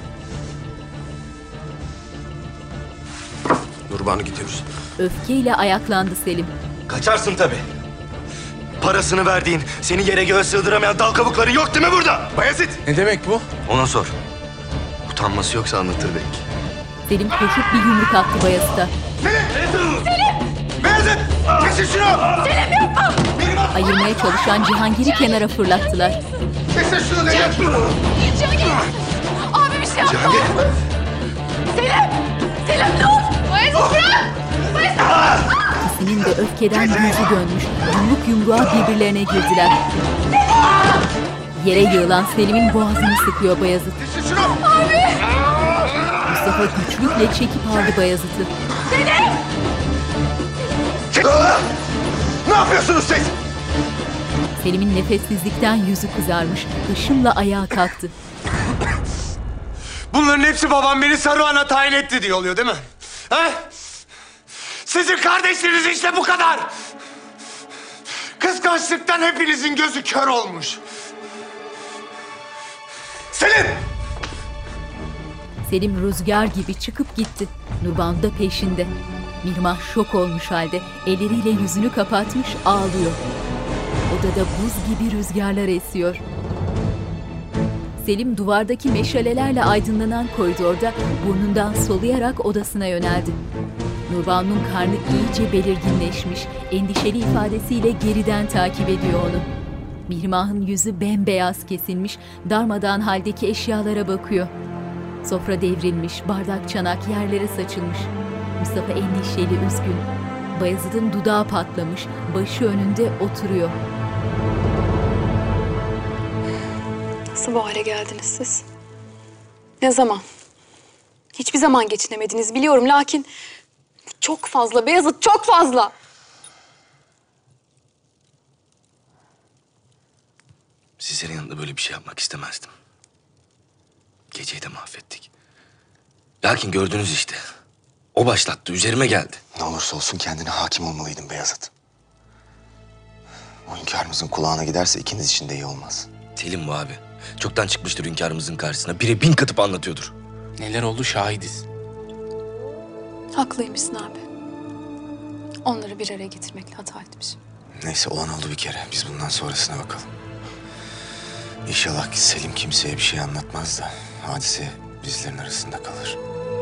Nurban'ı gidiyoruz. Öfkeyle ayaklandı Selim. Kaçarsın tabii. Parasını verdiğin, seni yere göğe sığdıramayan dal kabukların yok değil mi burada? Bayezid! Ne demek bu? Ona sor. Utanması yoksa anlatır belki. Selim koşup bir yumruk attı Bayezid'e. Selim! Bayezid! Kesin şunu! Selim yapma! Ayırmaya çalışan Cihangir'i kenara fırlattılar. Kesin şunu dedim! Cihangir! Abi bir şey yapma! Selim! Selim dur! Bayezid bırak! Bayezid! İkisinin de öfkeden yüzü dönmüş. Yumruk yumruğa birbirlerine girdiler. Yere yığılan Selim'in boğazını sıkıyor Bayezid. Abi! Mustafa güçlükle çekip aldı Bayezid'i. Selim! Ne yapıyorsunuz siz? Selim'in nefessizlikten yüzü kızarmış. Hışımla ayağa kalktı. Bunların hepsi babam beni Saruhan'a tayin etti diye oluyor değil mi? Ha? Sizin kardeşleriniz işte bu kadar. Kıskançlıktan hepinizin gözü kör olmuş. Selim! Selim rüzgar gibi çıkıp gitti. Nurban da peşinde. Mihrimah şok olmuş halde elleriyle yüzünü kapatmış ağlıyor. Odada buz gibi rüzgarlar esiyor. Selim duvardaki meşalelerle aydınlanan koridorda burnundan soluyarak odasına yöneldi. Nurban'ın karnı iyice belirginleşmiş, endişeli ifadesiyle geriden takip ediyor onu. Mihrimah'ın yüzü bembeyaz kesilmiş, darmadağın haldeki eşyalara bakıyor. Sofra devrilmiş, bardak çanak yerlere saçılmış. Mustafa endişeli, üzgün. Bayezid'in dudağı patlamış, başı önünde oturuyor. Nasıl bu hale geldiniz siz? Ne zaman? Hiçbir zaman geçinemediniz biliyorum lakin... Çok fazla Beyazıt, çok fazla. Sizlerin yanında böyle bir şey yapmak istemezdim. Geceyi de mahvettik. Lakin gördünüz işte. O başlattı, üzerime geldi. Ne olursa olsun kendine hakim olmalıydın Beyazıt. O hünkârımızın kulağına giderse ikiniz için de iyi olmaz. Selim bu abi. Çoktan çıkmıştır hünkârımızın karşısına. Bire 1000 katıp anlatıyordur. Neler oldu şahidiz. Haklıymışsın abi. Onları bir araya getirmekle hata etmişim. Neyse olan oldu bir kere. Biz bundan sonrasına bakalım. İnşallah Selim kimseye bir şey anlatmaz da hadise bizlerin arasında kalır.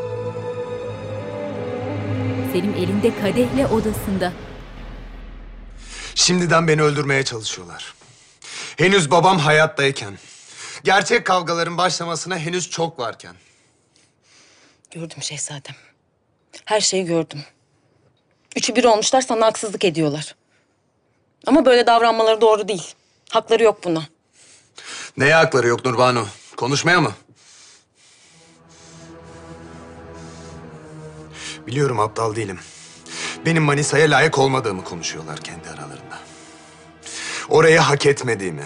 Selim elinde kadehle odasında. Şimdiden beni öldürmeye çalışıyorlar. Henüz babam hayattayken. Gerçek kavgaların başlamasına henüz çok varken. Gördüm şehzadem. Her şeyi gördüm. Üçü bir olmuşlar, sana haksızlık ediyorlar. Ama böyle davranmaları doğru değil. Hakları yok buna. Neye hakları yok Nurbanu? Konuşmaya mı? Biliyorum aptal değilim. Benim Manisa'ya layık olmadığımı konuşuyorlar kendi aralarında. Orayı hak etmediğimi.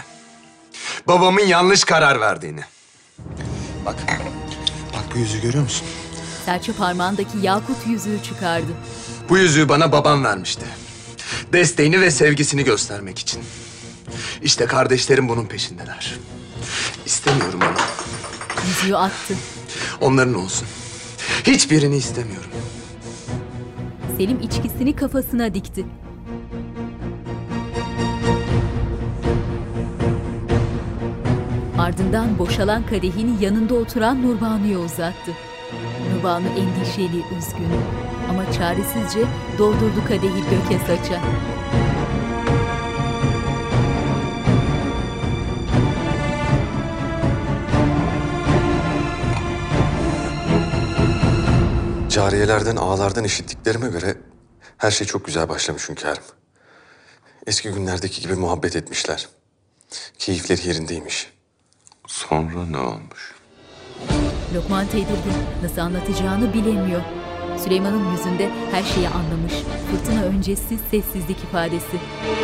Babamın yanlış karar verdiğini. Bak bu yüzü görüyor musun? Serçe parmağındaki yakut yüzüğü çıkardı. Bu yüzüğü bana babam vermişti. Desteğini ve sevgisini göstermek için. İşte kardeşlerim bunun peşindeler. İstemiyorum onu. Yüzüğü attı. Onların olsun. Hiçbirini istemiyorum. Selim içkisini kafasına dikti. Ardından boşalan kadehini yanında oturan Nurbanu'ya uzattı. Nurbanu endişeli, üzgün ama çaresizce doldurdu kadehi döke saça. Cariyelerden, ağalardan işittiklerime göre her şey çok güzel başlamış hünkârım. Eski günlerdeki gibi muhabbet etmişler. Keyifleri yerindeymiş. Sonra ne olmuş? Lokman tedirgin, nasıl anlatacağını bilemiyor. Süleyman'ın yüzünde her şeyi anlamış. Fırtına öncesi sessizlik ifadesi.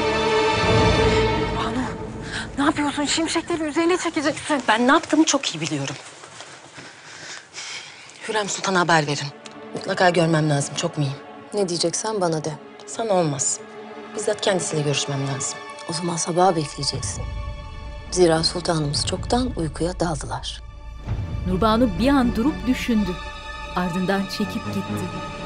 Banu, ne yapıyorsun? Şimşekleri üzerine çekeceksin. Ben ne yaptığımı çok iyi biliyorum. Hürrem Sultan'a haber verin. Mutlaka görmem lazım, çok mühim. Ne diyeceksen bana de. Sana olmaz. Bizzat kendisiyle görüşmem lazım. O zaman sabaha bekleyeceksin. Zira sultanımız çoktan uykuya daldılar. Nurbanu bir an durup düşündü. Ardından çekip gitti.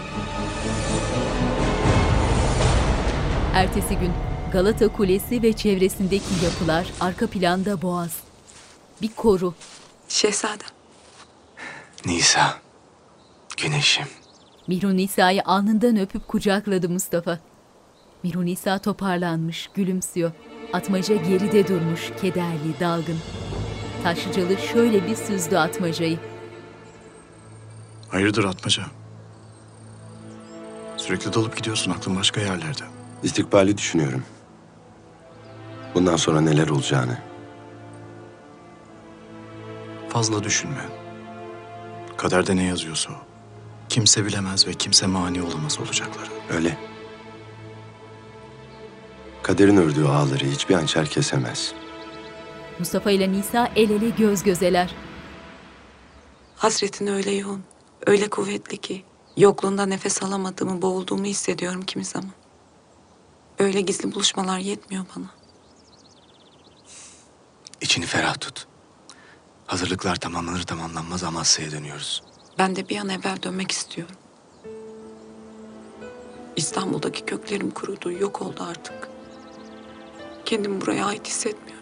Ertesi gün Galata Kulesi ve çevresindeki yapılar, arka planda boğaz. Bir koru. Şehzadem. Nisa, güneşim. Mihrunisa'yı alnından öpüp kucakladı Mustafa. Mihrunisa toparlanmış, gülümsüyor. Atmaca geride durmuş, kederli, dalgın. Taşlıcalı şöyle bir süzdü Atmaca'yı. Hayırdır Atmaca? Sürekli dalıp gidiyorsun, aklın başka yerlerde. İstikbali düşünüyorum. Bundan sonra neler olacağını. Fazla düşünme. Kaderde ne yazıyorsa o. Kimse bilemez ve kimse mani olamaz olacakları. Öyle. Kaderin ördüğü ağları hiçbir hançer kesemez. Mustafa ile Nisa el ele göz gözeler. Hasretin öyle yoğun, öyle kuvvetli ki yokluğunda nefes alamadığımı, boğulduğumu hissediyorum kimi zaman. Öyle gizli buluşmalar yetmiyor bana. İçini ferah tut. Hazırlıklar tamamlanır tamamlanmaz Amasya'ya dönüyoruz. Ben de bir an evvel dönmek istiyorum. İstanbul'daki köklerim kurudu, yok oldu artık. Kendimi buraya ait hissetmiyorum.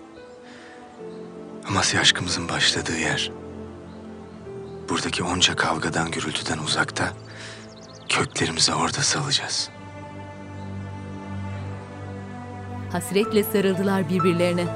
Amasya aşkımızın başladığı yer. Buradaki onca kavgadan, gürültüden uzakta köklerimizi orada salacağız. Hasretle sarıldılar birbirlerine.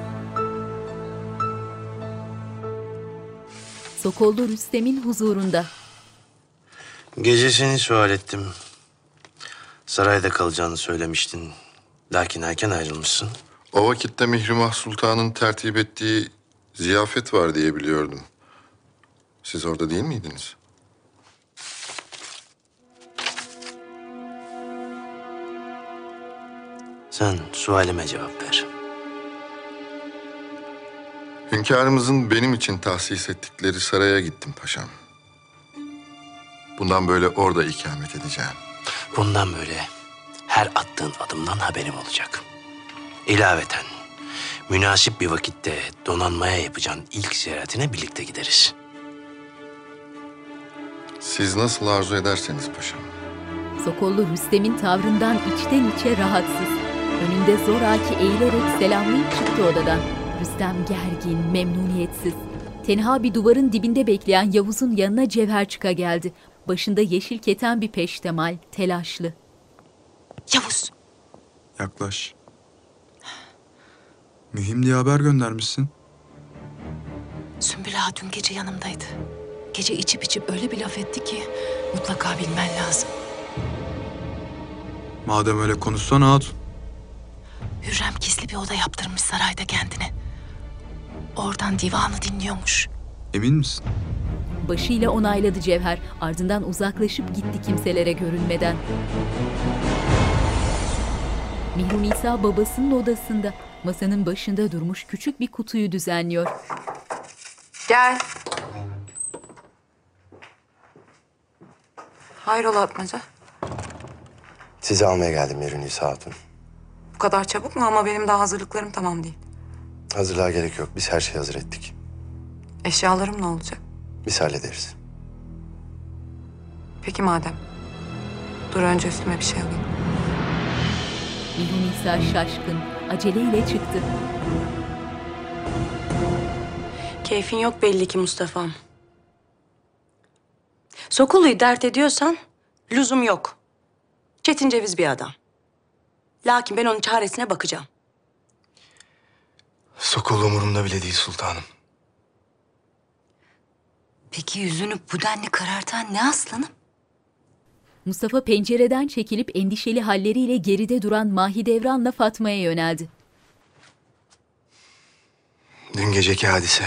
Sokollu Rüstem'in huzurunda. Gecesini sual ettim. Sarayda kalacağını söylemiştin. Lakin erken ayrılmışsın. O vakitte Mihrimah Sultan'ın tertip ettiği ziyafet var diye biliyordum. Siz orada değil miydiniz? Sen sualime cevap ver. Hünkârımızın benim için tahsis ettikleri saraya gittim paşam. Bundan böyle orada ikamet edeceğim. Bundan böyle her attığın adımdan haberim olacak. İlaveten münasip bir vakitte donanmaya yapacağın ilk ziyaretine birlikte gideriz. Siz nasıl arzu ederseniz paşam. Sokollu Rüstem'in tavrından içten içe rahatsız. Önünde zoraki eğilerek selamlayıp çıktı odadan. Rüstem gergin, memnuniyetsiz. Tenha bir duvarın dibinde bekleyen Yavuz'un yanına Cevher çıka geldi. Başında yeşil keten bir peştemal, telaşlı. Yavuz. Yaklaş. Mühim diye haber göndermişsin. Sümbül Ağa dün gece yanımdaydı. Gece içip içip öyle bir laf etti ki mutlaka bilmen lazım. Madem öyle konuşsana hatun. Hürrem gizli bir oda yaptırmış sarayda kendine. Oradan divanı dinliyormuş. Emin misin? Başıyla onayladı Cevher. Ardından uzaklaşıp gitti kimselere görünmeden. Mihrunisa babasının odasında. Masanın başında durmuş küçük bir kutuyu düzenliyor. Gel. Hayrola Atmaca? Sizi almaya geldim Mirunisa Hatun. Bu kadar çabuk mu? Ama benim daha hazırlıklarım tamam değil. Hazırlığa gerek yok. Biz her şeyi hazır ettik. Eşyalarım ne olacak? Biz hallederiz. Peki madem. Dur önce üstüme bir şey alayım. Mirunisa şaşkın, aceleyle çıktı. Keyfin yok belli ki Mustafa'm. Sokullu'yu dert ediyorsan lüzum yok. Çetin ceviz bir adam. Lakin ben onun çaresine bakacağım. Sokullu umurumda bile değil sultanım. Peki yüzünü bu denli karartan ne aslanım? Mustafa pencereden çekilip endişeli halleriyle geride duran Mahidevran'la Fatma'ya yöneldi. Dün geceki hadise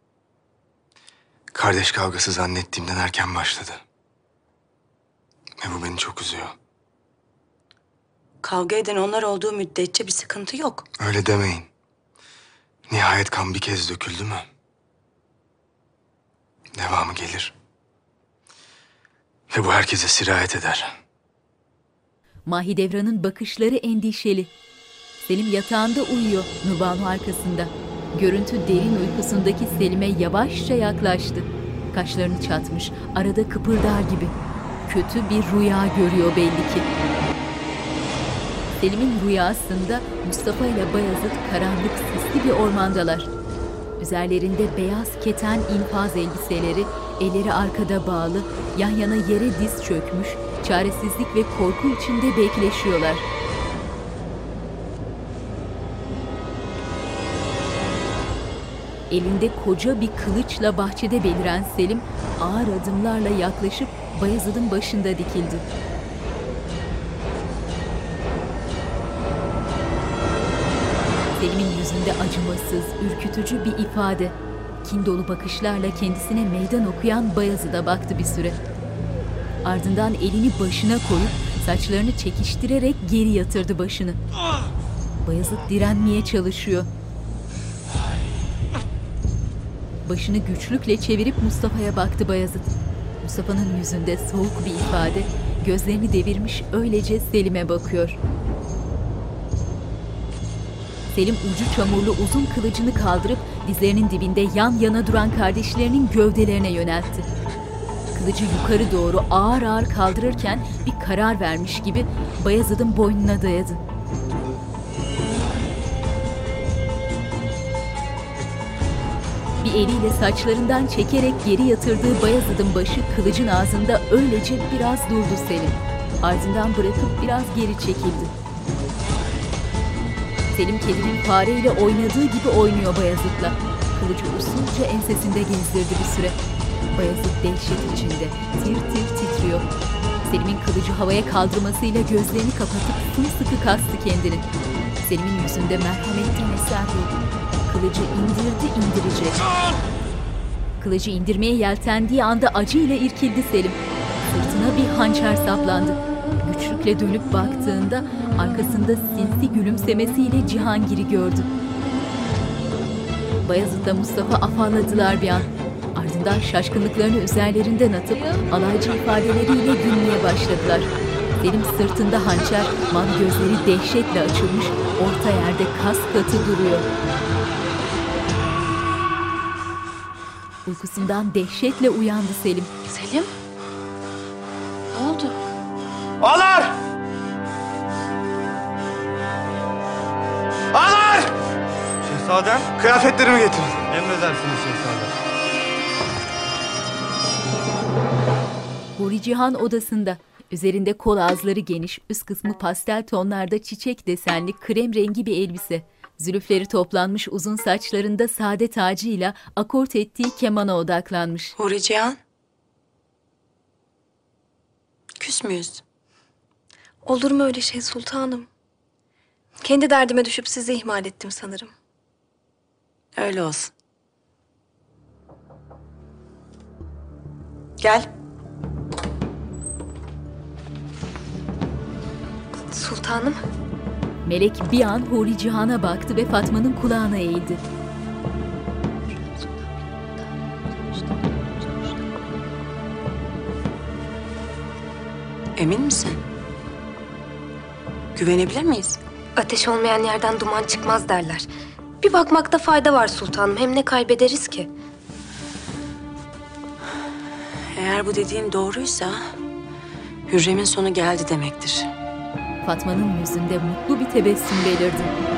kardeş kavgası zannettiğimden erken başladı. Ve bu beni çok üzüyor. Kavga eden onlar olduğu müddetçe bir sıkıntı yok. Öyle demeyin. Nihayet kan bir kez döküldü mü? Devamı gelir. Ve bu herkese sirayet eder. Mahidevran'ın bakışları endişeli. Selim yatağında uyuyor, Nurbanu arkasında. Görüntü derin uykusundaki Selim'e yavaşça yaklaştı. Kaşlarını çatmış, arada kıpırdar gibi. Kötü bir rüya görüyor belli ki. Selim'in rüyasında Mustafa ile Bayezid karanlık sisli bir ormandalar. Üzerlerinde beyaz keten infaz elbiseleri, elleri arkada bağlı, yan yana yere diz çökmüş, çaresizlik ve korku içinde bekleşiyorlar. Elinde koca bir kılıçla bahçede beliren Selim, ağır adımlarla yaklaşıp Bayezid'in başında dikildi. Selim'in yüzünde acımasız, ürkütücü bir ifade. Kin dolu bakışlarla kendisine meydan okuyan Bayezid'e baktı bir süre. Ardından elini başına koyup saçlarını çekiştirerek geri yatırdı başını. Bayezid direnmeye çalışıyor. Başını güçlükle çevirip Mustafa'ya baktı Bayezid. Mustafa'nın yüzünde soğuk bir ifade, gözlerini devirmiş öylece Selim'e bakıyor. Selim ucu çamurlu uzun kılıcını kaldırıp dizlerinin dibinde yan yana duran kardeşlerinin gövdelerine yöneltti. Kılıcı yukarı doğru ağır ağır kaldırırken bir karar vermiş gibi Bayezid'in boynuna dayadı. Bir eliyle saçlarından çekerek geri yatırdığı Bayezid'in başı kılıcın ağzında öylece biraz durdu Selim. Ardından bırakıp biraz geri çekildi. Selim kedinin fareyle oynadığı gibi oynuyor Bayezid'le. Kılıcı usulca ensesinde gezdirdi bir süre. Bayezid dehşet içinde, tir tir titriyor. Selim'in kılıcı havaya kaldırmasıyla gözlerini kapatıp sımsıkı kastı kendini. Selim'in yüzünde merhametten eser yok. Kılıcı indirecek. Kılıcı indirmeye yeltendiği anda acıyla irkildi Selim. Sırtına bir hançer saplandı. Güçlükle dönüp baktığında arkasında sinsi gülümsemesiyle Cihangir'i gördü. Bayezid'le Mustafa afalladılar bir an. Ardından şaşkınlıklarını üzerlerinden atıp alaycı ifadeleriyle gülmeye başladılar. Selim sırtında hançer, mavi gözleri dehşetle açılmış, orta yerde kas katı duruyor. Uykusundan dehşetle uyandı Selim. Selim? Ne oldu? Ağlar! Ağlar! Şehzadem. Kıyafetlerimi getirin. Emredersiniz şehzadem. Huri Cihan odasında. Üzerinde kol ağızları geniş, üst kısmı pastel tonlarda çiçek desenli krem rengi bir elbise. Zülüfleri toplanmış uzun saçlarında sade tacıyla akort ettiği kemana odaklanmış. Huri Cihan. Küs müyüz? Olur mu öyle şey sultanım? Kendi derdime düşüp sizi ihmal ettim sanırım. Öyle olsun. Gel. Sultanım. Melek bir an Huri Cihan'a baktı ve Fatma'nın kulağına eğildi. Emin misin? Güvenebilir miyiz? Ateş olmayan yerden duman çıkmaz derler. Bir bakmakta fayda var sultanım. Hem ne kaybederiz ki? Eğer bu dediğin doğruysa Hürrem'in sonu geldi demektir. Fatma'nın yüzünde mutlu bir tebessüm belirdi.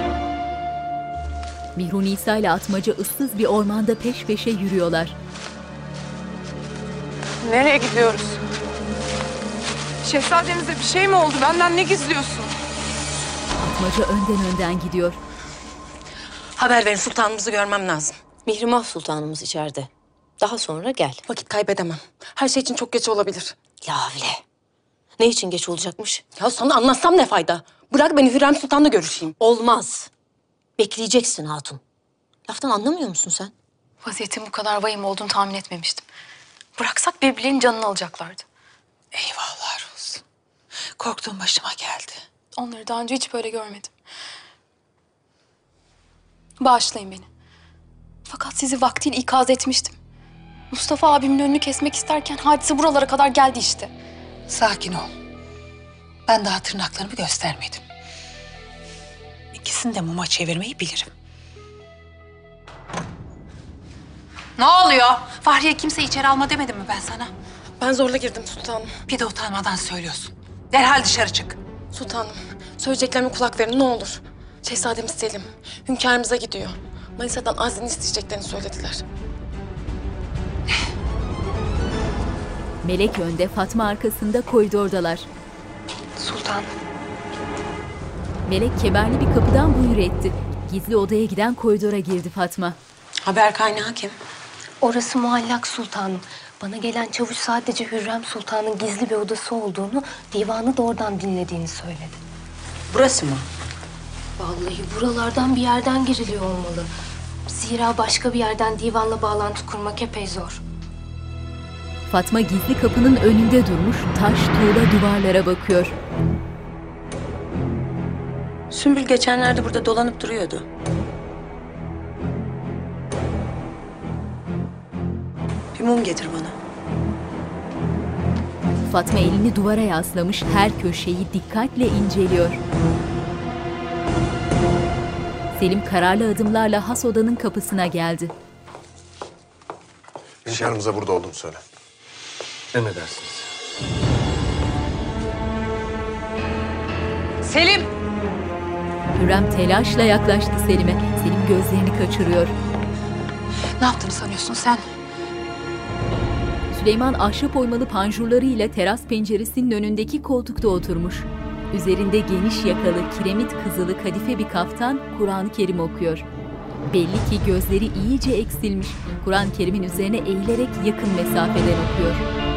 Mihrunisa ile Atmaca ıssız bir ormanda peş peşe yürüyorlar. Nereye gidiyoruz? Şehzademize bir şey mi oldu? Benden ne gizliyorsun? Atmaca önden gidiyor. Haber verin, sultanımızı görmem lazım. Mihrimah Sultanımız içeride. Daha sonra gel. Vakit kaybedemem. Her şey için çok geç olabilir. Lavle. Ne için geç olacakmış? Ya sana anlatsam ne fayda? Bırak beni Hürrem Sultan'la görüşeyim. Olmaz. Bekleyeceksin hatun. Laftan anlamıyor musun sen? Vaziyetin bu kadar vahim olduğunu tahmin etmemiştim. Bıraksak birbirlerinin canını alacaklardı. Eyvahlar olsun. Korktuğum başıma geldi. Onları daha önce hiç böyle görmedim. Bağışlayın beni. Fakat sizi vaktiyle ikaz etmiştim. Mustafa abimin önünü kesmek isterken hadise buralara kadar geldi işte. Sakin ol. Ben daha tırnaklarımı göstermedim. İkisini de muma çevirmeyi bilirim. Ne oluyor? Fahriye kimse içeri alma demedim mi ben sana? Ben zorla girdim sultanım. Bir de utanmadan söylüyorsun. Derhal dışarı çık. Sultanım, söyleyeceklerime kulak verin ne olur. Şehzademiz Selim, hünkârımıza gidiyor. Manisa'dan azlini isteyeceklerini söylediler. Melek önde, Fatma arkasında koridordalar. Sultan. Melek kemerli bir kapıdan buyur etti. Gizli odaya giden koridora girdi Fatma. Haber kaynağı kim? Orası muallak sultanım. Bana gelen çavuş sadece Hürrem Sultan'ın gizli bir odası olduğunu, divanı da oradan dinlediğini söyledi. Burası mı? Vallahi buralardan bir yerden giriliyor olmalı. Zira başka bir yerden divanla bağlantı kurmak epey zor. Fatma gizli kapının önünde durmuş, taş tuğla duvarlara bakıyor. Sümbül geçenlerde burada dolanıp duruyordu. Bir mum getir bana. Fatma elini duvara yaslamış, her köşeyi dikkatle inceliyor. Selim kararlı adımlarla has odanın kapısına geldi. Hünkârımıza burada olduğunu söyle. Emredersiniz. Selim! Hürrem telaşla yaklaştı Selim'e. Selim gözlerini kaçırıyor. Ne yaptığını sanıyorsun sen? Süleyman ahşap oymalı panjurlarıyla teras penceresinin önündeki koltukta oturmuş. Üzerinde geniş yakalı, kiremit kızılı kadife bir kaftan Kur'an-ı Kerim okuyor. Belli ki gözleri iyice eksilmiş. Kur'an-ı Kerim'in üzerine eğilerek yakın mesafeden okuyor.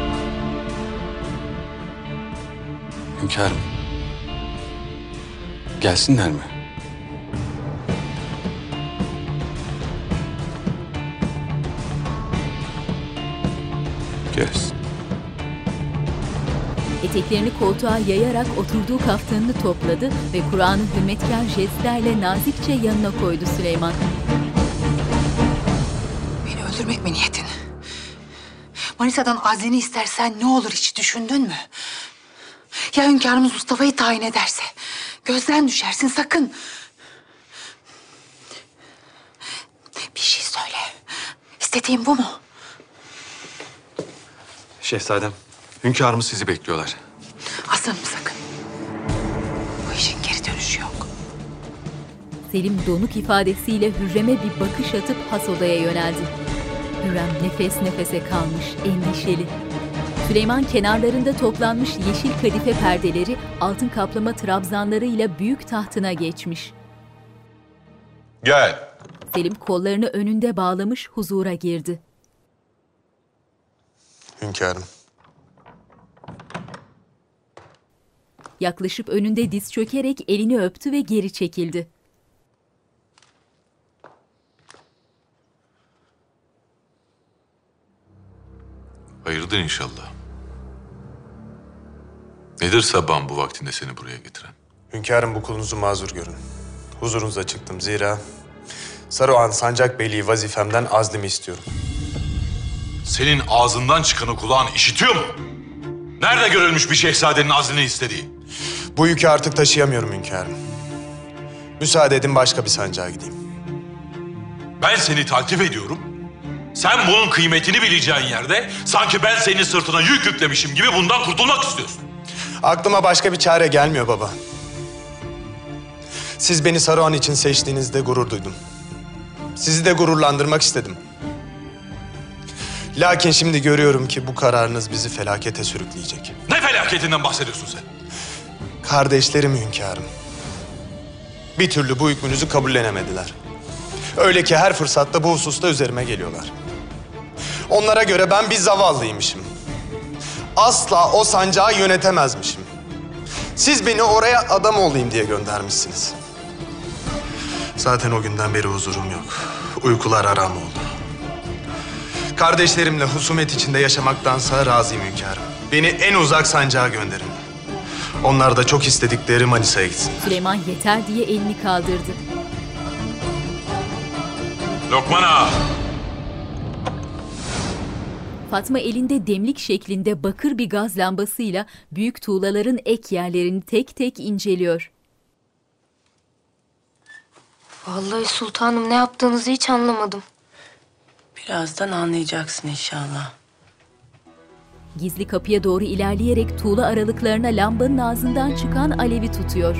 Hünkârım. Gelsinler mi? Gelsin. Eteklerini koltuğa yayarak oturduğu kaftanını topladı ve Kur'an'ı hürmetkar jestlerle nazikçe yanına koydu Süleyman. Beni öldürmek mi niyetin? Manisa'dan azlini istersen ne olur hiç düşündün mü? Ya hünkârımız Mustafa'yı tayin ederse? Gözden düşersin sakın. Bir şey söyle. İstediğin bu mu? Şehzadem, hünkârımız sizi bekliyorlar. Aslanım sakın. Bu işin geri dönüşü yok. Selim donuk ifadesiyle Hürrem'e bir bakış atıp has odaya yöneldi. Hürrem nefes nefese kalmış, endişeli. Süleyman kenarlarında toplanmış yeşil kadife perdeleri, altın kaplama trabzanlarıyla büyük tahtına geçmiş. Gel. Selim kollarını önünde bağlamış huzura girdi. Hünkârım. Yaklaşıp önünde diz çökerek elini öptü ve geri çekildi. Hayırdır inşallah. Nedir sabahın bu vaktinde seni buraya getiren? Hünkârım bu kulunuzu mazur görün. Huzurunuza çıktım zira Saruhan Sancakbeyliği vazifemden azlimi istiyorum. Senin ağzından çıkanı kulağın işitiyor mu? Nerede görülmüş bir şehzadenin azlini istediği? Bu yükü artık taşıyamıyorum hünkârım. Müsaade edin başka bir sancağa gideyim. Ben seni takip ediyorum. Sen bunun kıymetini bileceğin yerde sanki ben senin sırtına yük yüklemişim gibi bundan kurtulmak istiyorsun. Aklıma başka bir çare gelmiyor baba. Siz beni Saruhan için seçtiğinizde gurur duydum. Sizi de gururlandırmak istedim. Lakin şimdi görüyorum ki bu kararınız bizi felakete sürükleyecek. Ne felaketinden bahsediyorsun sen? Kardeşlerim hünkârım. Bir türlü bu hükmünüzü kabullenemediler. Öyle ki her fırsatta bu hususta üzerime geliyorlar. Onlara göre ben bir zavallıymışım. Asla o sancağı yönetemezmişim. Siz beni oraya adam olayım diye göndermişsiniz. Zaten o günden beri huzurum yok. Uykular haram oldu. Kardeşlerimle husumet içinde yaşamaktansa razıyım hünkârım. Beni en uzak sancağa gönderin. Onlar da çok istedikleri Manisa'ya gitsin. Süleyman yeter diye elini kaldırdı. Lokman ağa! Fatma elinde demlik şeklinde bakır bir gaz lambasıyla büyük tuğlaların ek yerlerini tek tek inceliyor. Vallahi sultanım ne yaptığınızı hiç anlamadım. Birazdan anlayacaksın inşallah. Gizli kapıya doğru ilerleyerek tuğla aralıklarına lambanın ağzından çıkan alevi tutuyor.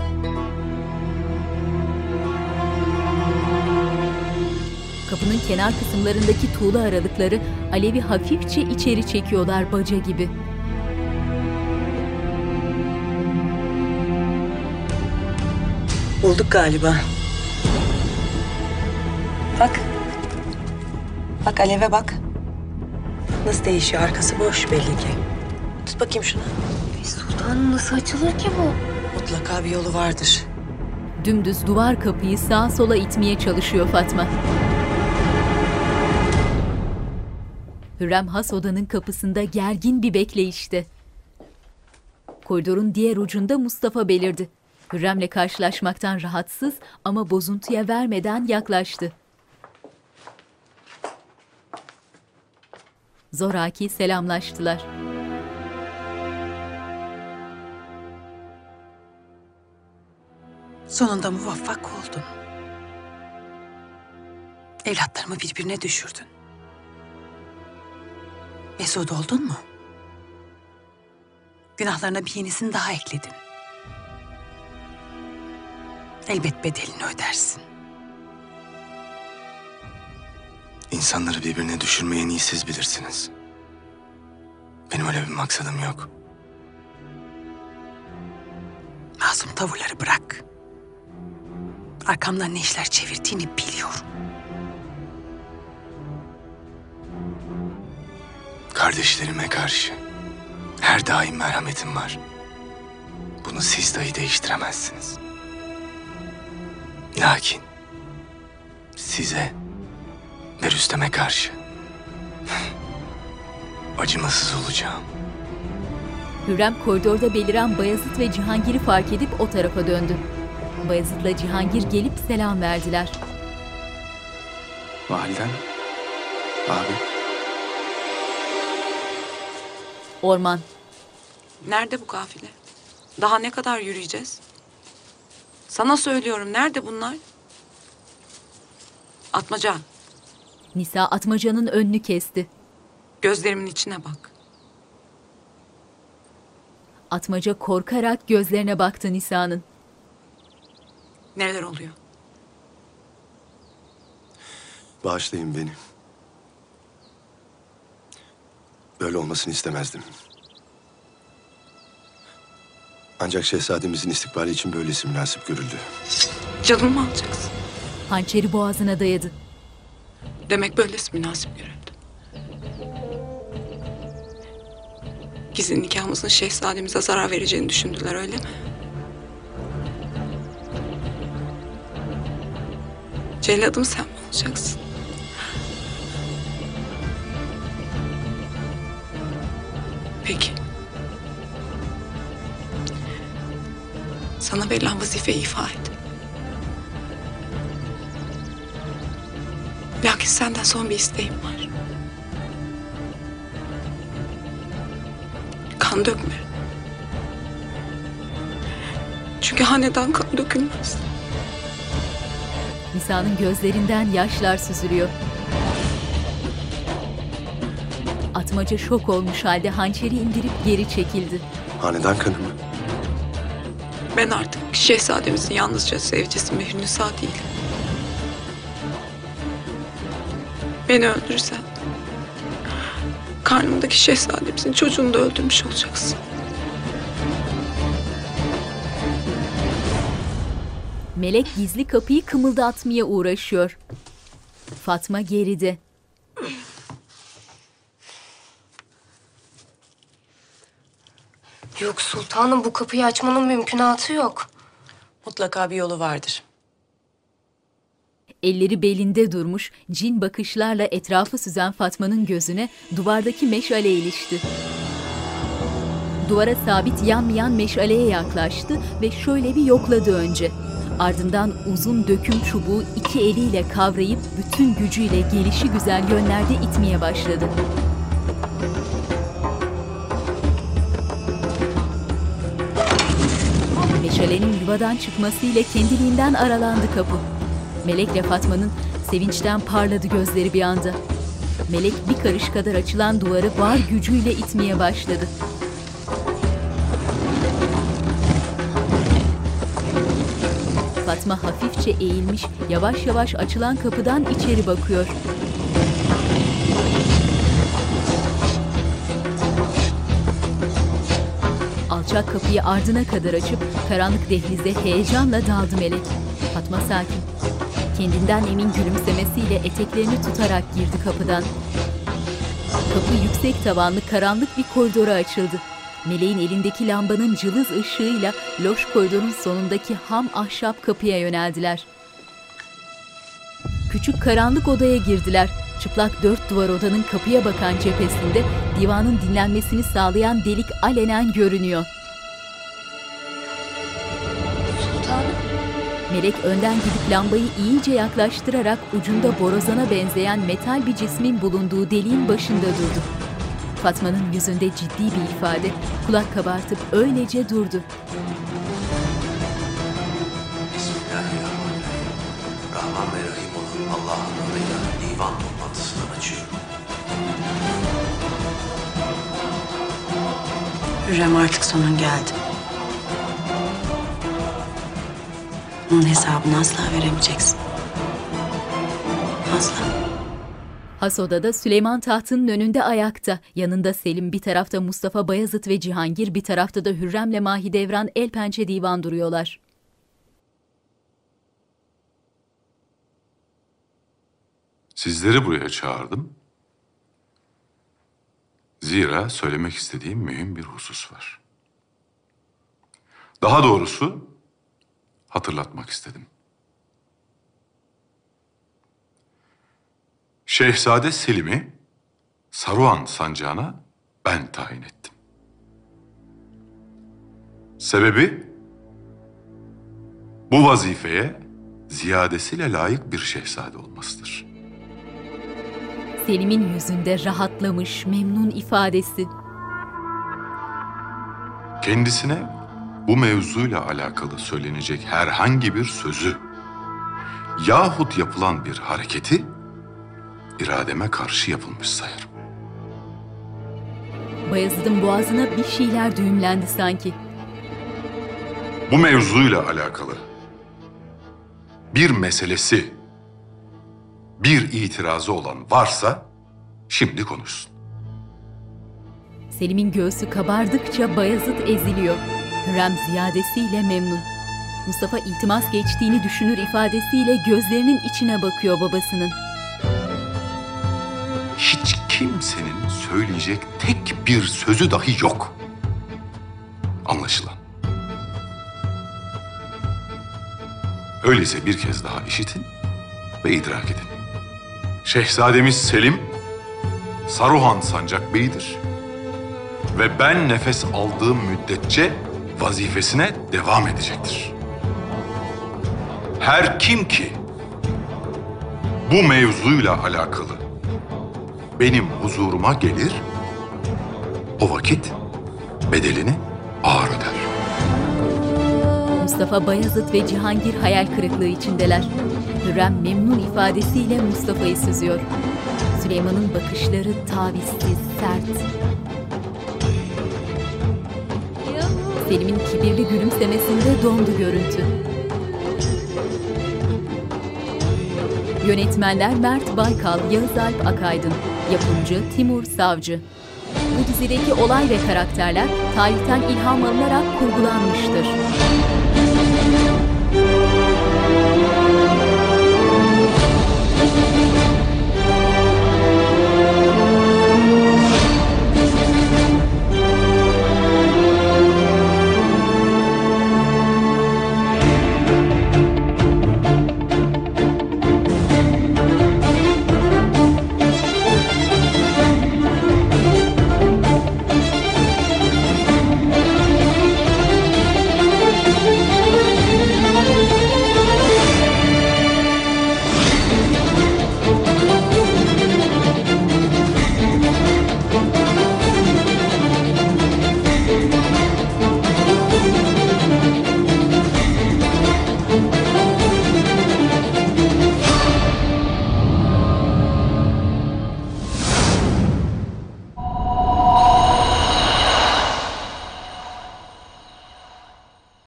Kapının kenar kısımlarındaki tuğla aralıkları alevi hafifçe içeri çekiyorlar baca gibi. Bulduk galiba. Bak. Bak aleve bak. Nasıl değişiyor? Arkası boş belli ki. Tut bakayım şunu. Sultanım nasıl açılır ki bu? Mutlaka bir yolu vardır. Dümdüz duvar kapıyı sağa sola itmeye çalışıyor Fatma. Hürrem has odanın kapısında gergin bir bekleyişte. Koridorun diğer ucunda Mustafa belirdi. Hürrem'le karşılaşmaktan rahatsız ama bozuntuya vermeden yaklaştı. Zoraki selamlaştılar. Sonunda muvaffak oldun. Evlatlarımı birbirine düşürdün. Mesut oldun mu? Günahlarına bir yenisini daha ekledin. Elbet bedelini ödersin. İnsanları birbirine düşürmeyi en iyi siz bilirsiniz. Benim öyle bir maksadım yok. Masum tavırları bırak. Arkamdan ne işler çevirdiğini biliyorum. Kardeşlerime karşı her daim merhametim var. Bunu siz dahi değiştiremezsiniz. Lakin size ve Rüstem'e karşı acımasız olacağım. Hürrem koridorda beliren Bayezid ve Cihangir'i fark edip o tarafa döndü. Bayezid'le Cihangir gelip selam verdiler. Validem, abi. Orman. Nerede bu kafile? Daha ne kadar yürüyeceğiz? Sana söylüyorum, nerede bunlar? Atmaca, Nisa Atmaca'nın önünü kesti. gözlerimin içine bak. Atmaca korkarak gözlerine baktı Nisa'nın. Neler oluyor? Bağışlayın beni. Böyle olmasını istemezdim. Ancak şehzademizin istikbali için böylesi münasip görüldü. Canımı mı alacaksın? Hançeri boğazına dayadı. Demek böylesi münasip görüldü. Gizli nikahımızın şehzademize zarar vereceğini düşündüler, öyle mi? Celladım sen mi olacaksın? Peki. Sana verilen vazifeyi ifa et. Lakin senden son bir isteğim var. kan dökme. Çünkü hanedan kan dökülmez. Nisa'nın gözlerinden yaşlar süzülüyor. Atmaca şok olmuş halde hançeri indirip geri çekildi. Hanedan kanı mı? Ben artık şehzademizin yalnızca sevgisi Mihrinisa değilim. Beni öldürürsen karnımdaki şehzademizin çocuğunu da öldürmüş olacaksın. Melek gizli kapıyı kımıldatmaya uğraşıyor. Fatma geride. Yok sultanım, bu kapıyı açmanın mümkünatı yok. Mutlaka bir yolu vardır. Elleri belinde durmuş, cin bakışlarla etrafı süzen Fatma'nın gözüne duvardaki meşale ilişti. Duvara sabit yanmayan meşaleye yaklaştı ve şöyle bir yokladı önce. Ardından uzun döküm çubuğu iki eliyle kavrayıp bütün gücüyle gelişigüzel yönlerde itmeye başladı. Meşalenin yuvadan çıkmasıyla kendiliğinden aralandı kapı. Melek'le Fatma'nın sevinçten parladı gözleri bir anda. Melek bir karış kadar açılan duvarı var gücüyle itmeye başladı. Fatma hafifçe eğilmiş, yavaş yavaş açılan kapıdan içeri bakıyor. Alçak kapıyı ardına kadar açıp karanlık dehlize heyecanla daldı Melek. Fatma sakin. Kendinden emin gülümsemesiyle eteklerini tutarak girdi kapıdan. Kapı yüksek tavanlı karanlık bir koridora açıldı. Meleğin elindeki lambanın cılız ışığıyla loş koridorun sonundaki ham ahşap kapıya yöneldiler. Küçük karanlık odaya girdiler. Çıplak dört duvar odanın kapıya bakan cephesinde divanın dinlenmesini sağlayan delik alenen görünüyor. Sultanım. Melek önden gidip lambayı iyice yaklaştırarak ucunda borazana benzeyen metal bir cismin bulunduğu deliğin başında durdu. Fatma'nın yüzünde ciddi bir ifade, kulak kabartıp öylece durdu. Bismillahirrahmanirrahim. Rahman ve Rahim olan Allah'ın adıyla divan toplantısını açıyorum. Hürrem, artık sonun geldi. Bunun hesabını asla veremeyeceksin. Asla. Has odada Süleyman tahtının önünde ayakta. Yanında Selim, bir tarafta Mustafa Bayezid ve Cihangir, bir tarafta da Hürrem'le Mahidevran el pençe divan duruyorlar. Sizleri buraya çağırdım. Zira söylemek istediğim mühim bir husus var. Daha doğrusu hatırlatmak istedim. Şehzade Selim'i Saruhan sancağına ben tayin ettim. Sebebi bu vazifeye ziyadesiyle layık bir şehzade olmasıdır. Selim'in yüzünde rahatlamış, memnun ifadesi. Kendisine bu mevzuyla alakalı söylenecek herhangi bir sözü yahut yapılan bir hareketi irademe karşı yapılmış sayarım. Bayezid'in boğazına bir şeyler düğümlendi sanki. Bu mevzuyla alakalı bir meselesi, bir itirazı olan varsa şimdi konuşsun. Selim'in göğsü kabardıkça Bayezid eziliyor. Hürrem ziyadesiyle memnun. Mustafa iltimas geçtiğini düşünür ifadesiyle gözlerinin içine bakıyor babasının. Hiç kimsenin söyleyecek tek bir sözü dahi yok. Anlaşılan. Öyleyse bir kez daha işitin ve idrak edin. Şehzademiz Selim, Saruhan Sancak Bey'idir. Ve ben nefes aldığım müddetçe vazifesine devam edecektir. Her kim ki bu mevzuyla alakalı benim huzuruma gelir, o vakit bedelini ağır öder. Mustafa Bayezid ve Cihangir hayal kırıklığı içindeler. Hürrem memnun ifadesiyle Mustafa'yı süzüyor. Süleyman'ın bakışları tavizsiz, sert. Selim'in kibirli gülümsemesinde dondu görüntü. Yönetmenler Mert Baykal, Yağız Alp Akaydın, yapımcı Timur Savcı. Bu dizideki olay ve karakterler tarihten ilham alınarak kurgulanmıştır.